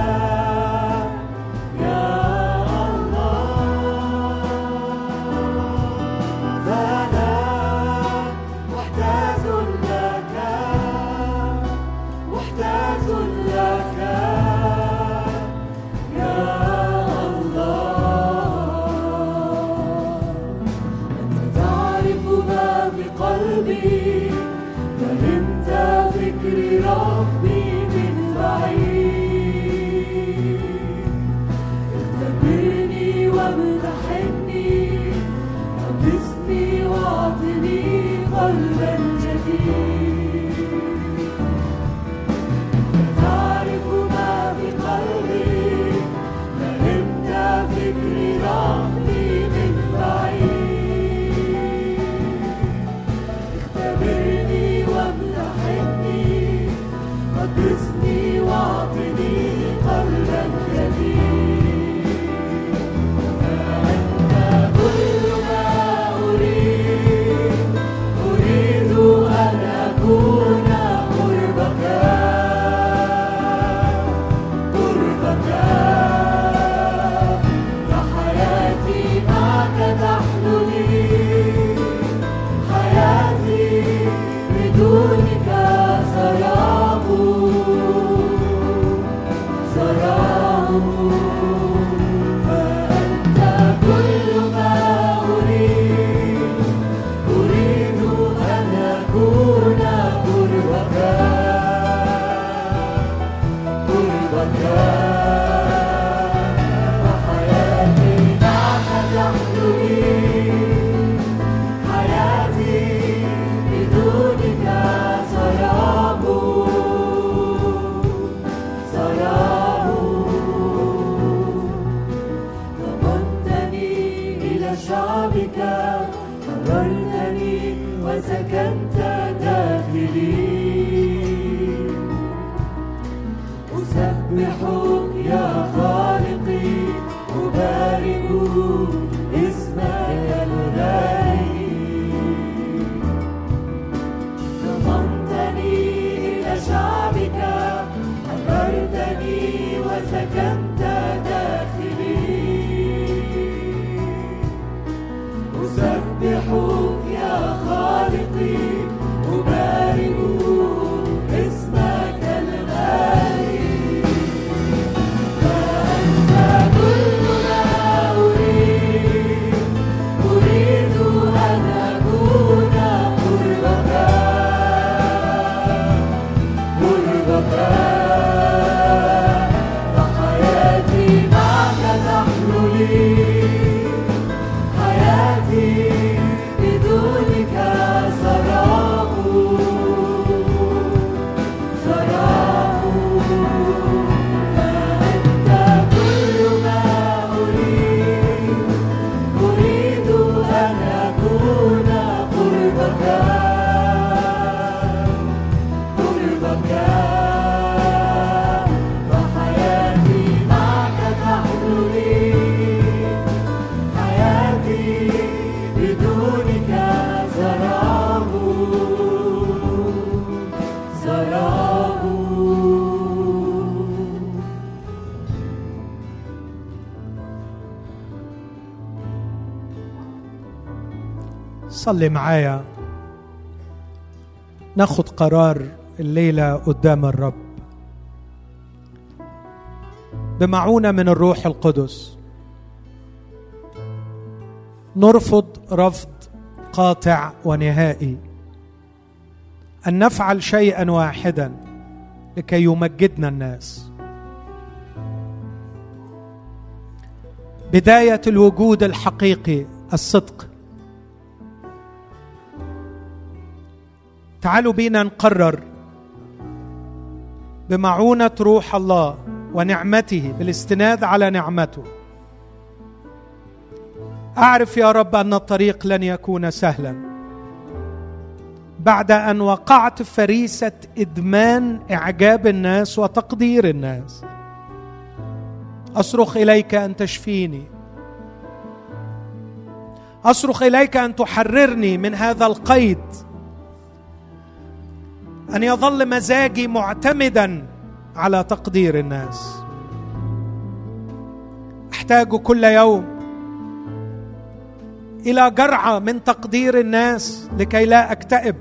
شعبك، أمرتني وسكنت داخلي. أسبحك يا خالقي، أبارك اسمك الغالي. ضممتني إلى شعبك، حررتني وسكنت داخلي. أسبحك يا خالقي، أبارك اسمك الغالي. فأنت كل ما أريد، أريد أن أكون قربك، قربك. فحياتي معك تحلو لي، حياتي بدونك سراب، سراب. فأنت كل ما أريد، أريد أن أكون قربك، قربك. فحياتي معك تحلو لي، حياتي بدونك سراب، سراب. صلي معايا، ناخد قرار الليلة قدام الرب بمعونة من الروح القدس. نرفض رفض قاطع ونهائي أن نفعل شيئا واحدا لكي يمجدنا الناس. بداية الوجود الحقيقي الصدق. تعالوا بينا نقرر بمعونة روح الله ونعمته، بالاستناد على نعمته. أعرف يا رب أن الطريق لن يكون سهلا بعد أن وقعت فريسة إدمان إعجاب الناس وتقدير الناس. أصرخ إليك أن تشفيني، أصرخ إليك أن تحررني من هذا القيد، أن يظل مزاجي معتمدا على تقدير الناس. أحتاج كل يوم إلى جرعة من تقدير الناس لكي لا أكتئب.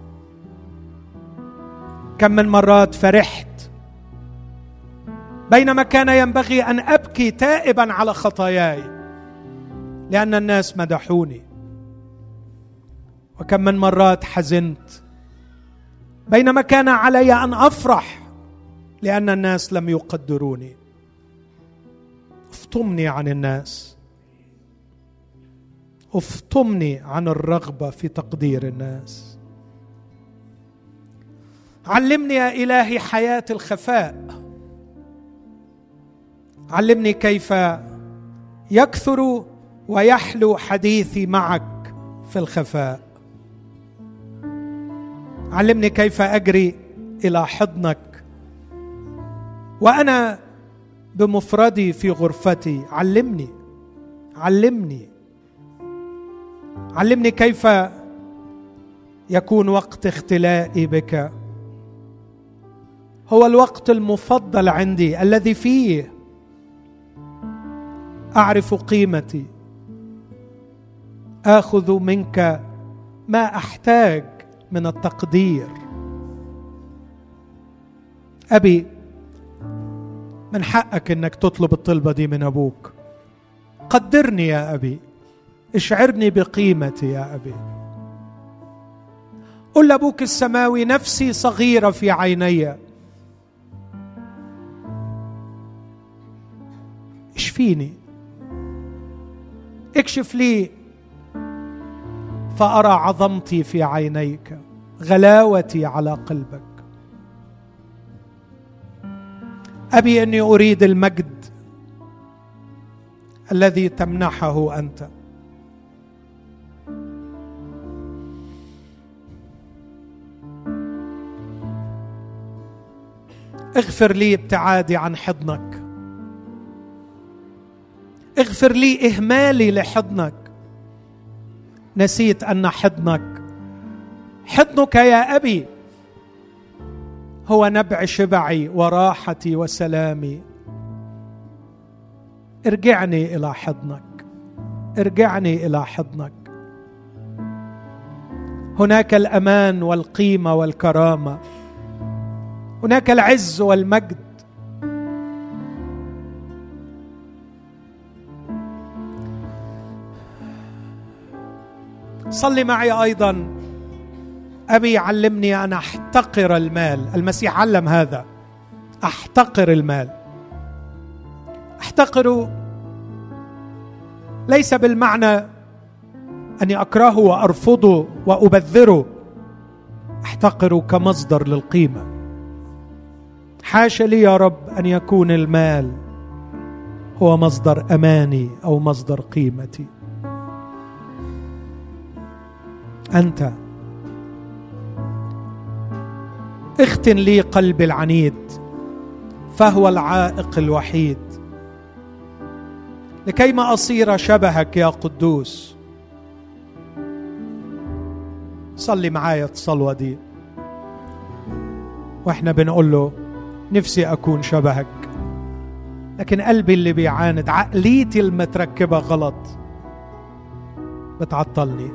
كم من مرات فرحت بينما كان ينبغي أن أبكي تائبا على خطاياي لأن الناس مدحوني. وكم من مرات حزنت بينما كان علي أن أفرح لأن الناس لم يقدروني. افطمني عن الناس، افطمني عن الرغبة في تقدير الناس. علمني يا إلهي حياة الخفاء. علمني كيف يكثر ويحلو حديثي معك في الخفاء. علمني كيف أجري إلى حضنك وأنا بمفردي في غرفتي. علمني علمني علمني كيف يكون وقت اختلائي بك هو الوقت المفضل عندي، الذي فيه أعرف قيمتي، آخذ منك ما أحتاج من التقدير. أبي، من حقك أنك تطلب الطلبة دي من أبوك. قدرني يا أبي، اشعرني بقيمتي يا أبي. قل لأبوك السماوي: نفسي صغيرة في عيني، اشفيني، اكشف لي فأرى عظمتي في عينيك، غلاوتي على قلبك. أبي إني أريد المجد الذي تمنحه أنت. اغفر لي ابتعادي عن حضنك، اغفر لي إهمالي لحضنك. نسيت أن حضنك حضنك يا أبي هو نبع شبعي وراحتي وسلامي. ارجعني إلى حضنك، ارجعني إلى حضنك. هناك الأمان والقيمة والكرامة، هناك العز والمجد. صلي معي أيضا: أبي علمني أن أحتقر المال. المسيح علم هذا، أحتقر المال. أحتقره ليس بالمعنى أني أكرهه وأرفضه وأبذره، أحتقره كمصدر للقيمة. حاشا لي يا رب أن يكون المال هو مصدر أماني أو مصدر قيمتي. أنت اختن لي قلبي العنيد، فهو العائق الوحيد، لكيما أصير شبهك يا قدوس. صلي معايا الصلوة دي وإحنا بنقول له: نفسي أكون شبهك، لكن قلبي اللي بيعاند، عقليتي المتركبة غلط بتعطلني.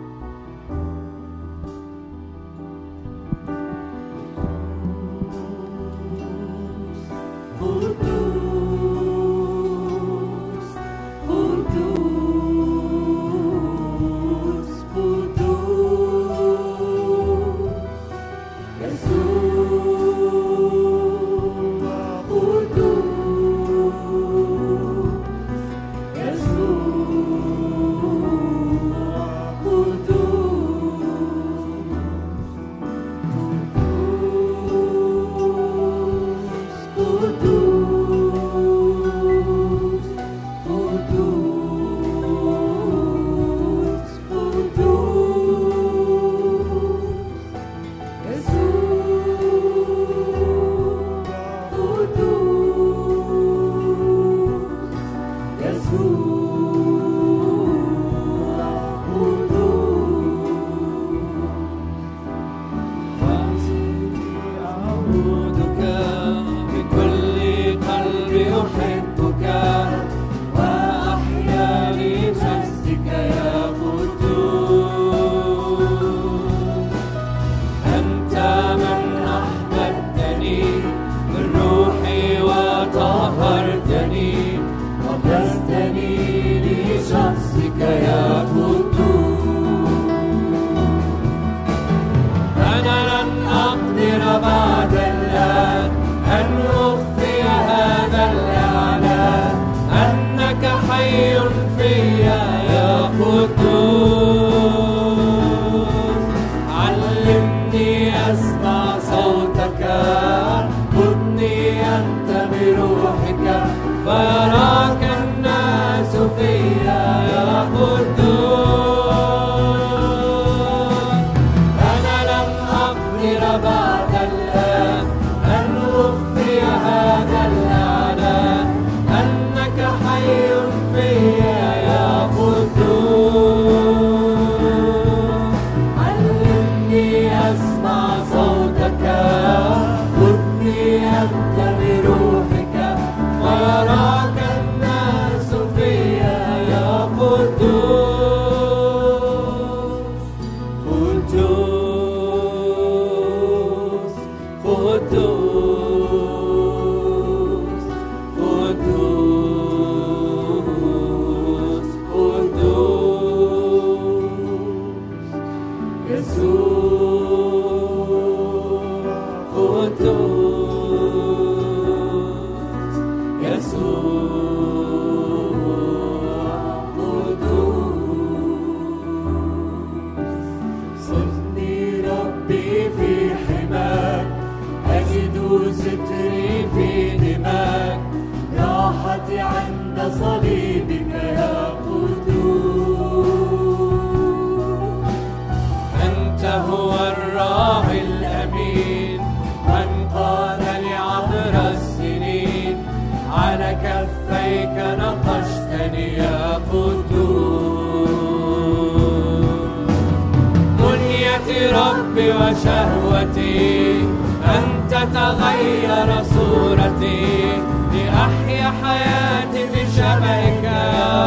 منية ربي وشهوتي أن تتغير صورتي لأحيا حياتي بشبهك يا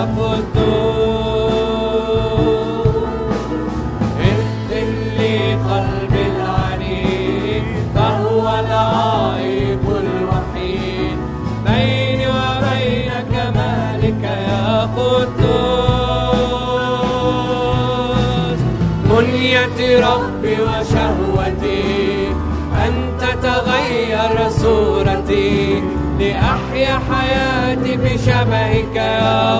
قدوس. اختم لي قلبي العنيد فهو العائق الوحيد بيني وبين كمالك يا قدوس. منية ربي وشهوتي أن تتغير صورتي لأحيا حياتي بشبهك يا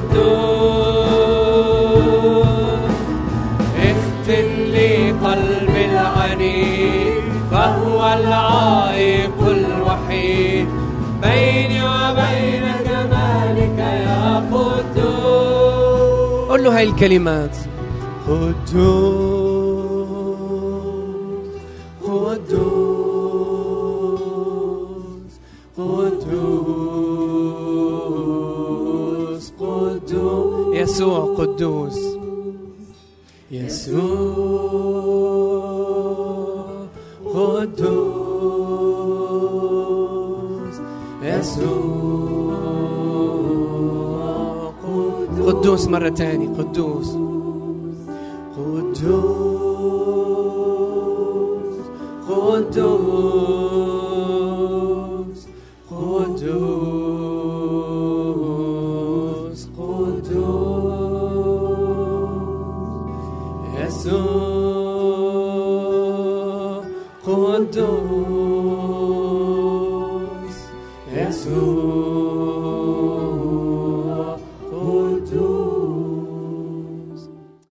قدوس. اختم لي قلبي العنيد فهو العائق الوحيد بيني وبين جمالك يا قدوس. قل له هاي الكلمات: قدوس قدوس قدوس قدوس. يسوع قدوس، يسوع قدوس، يسوع قدوس. قدوس مرة تاني: قدوس قدوس قدوس قدوس قدوس. يسوع قدوس، يسوع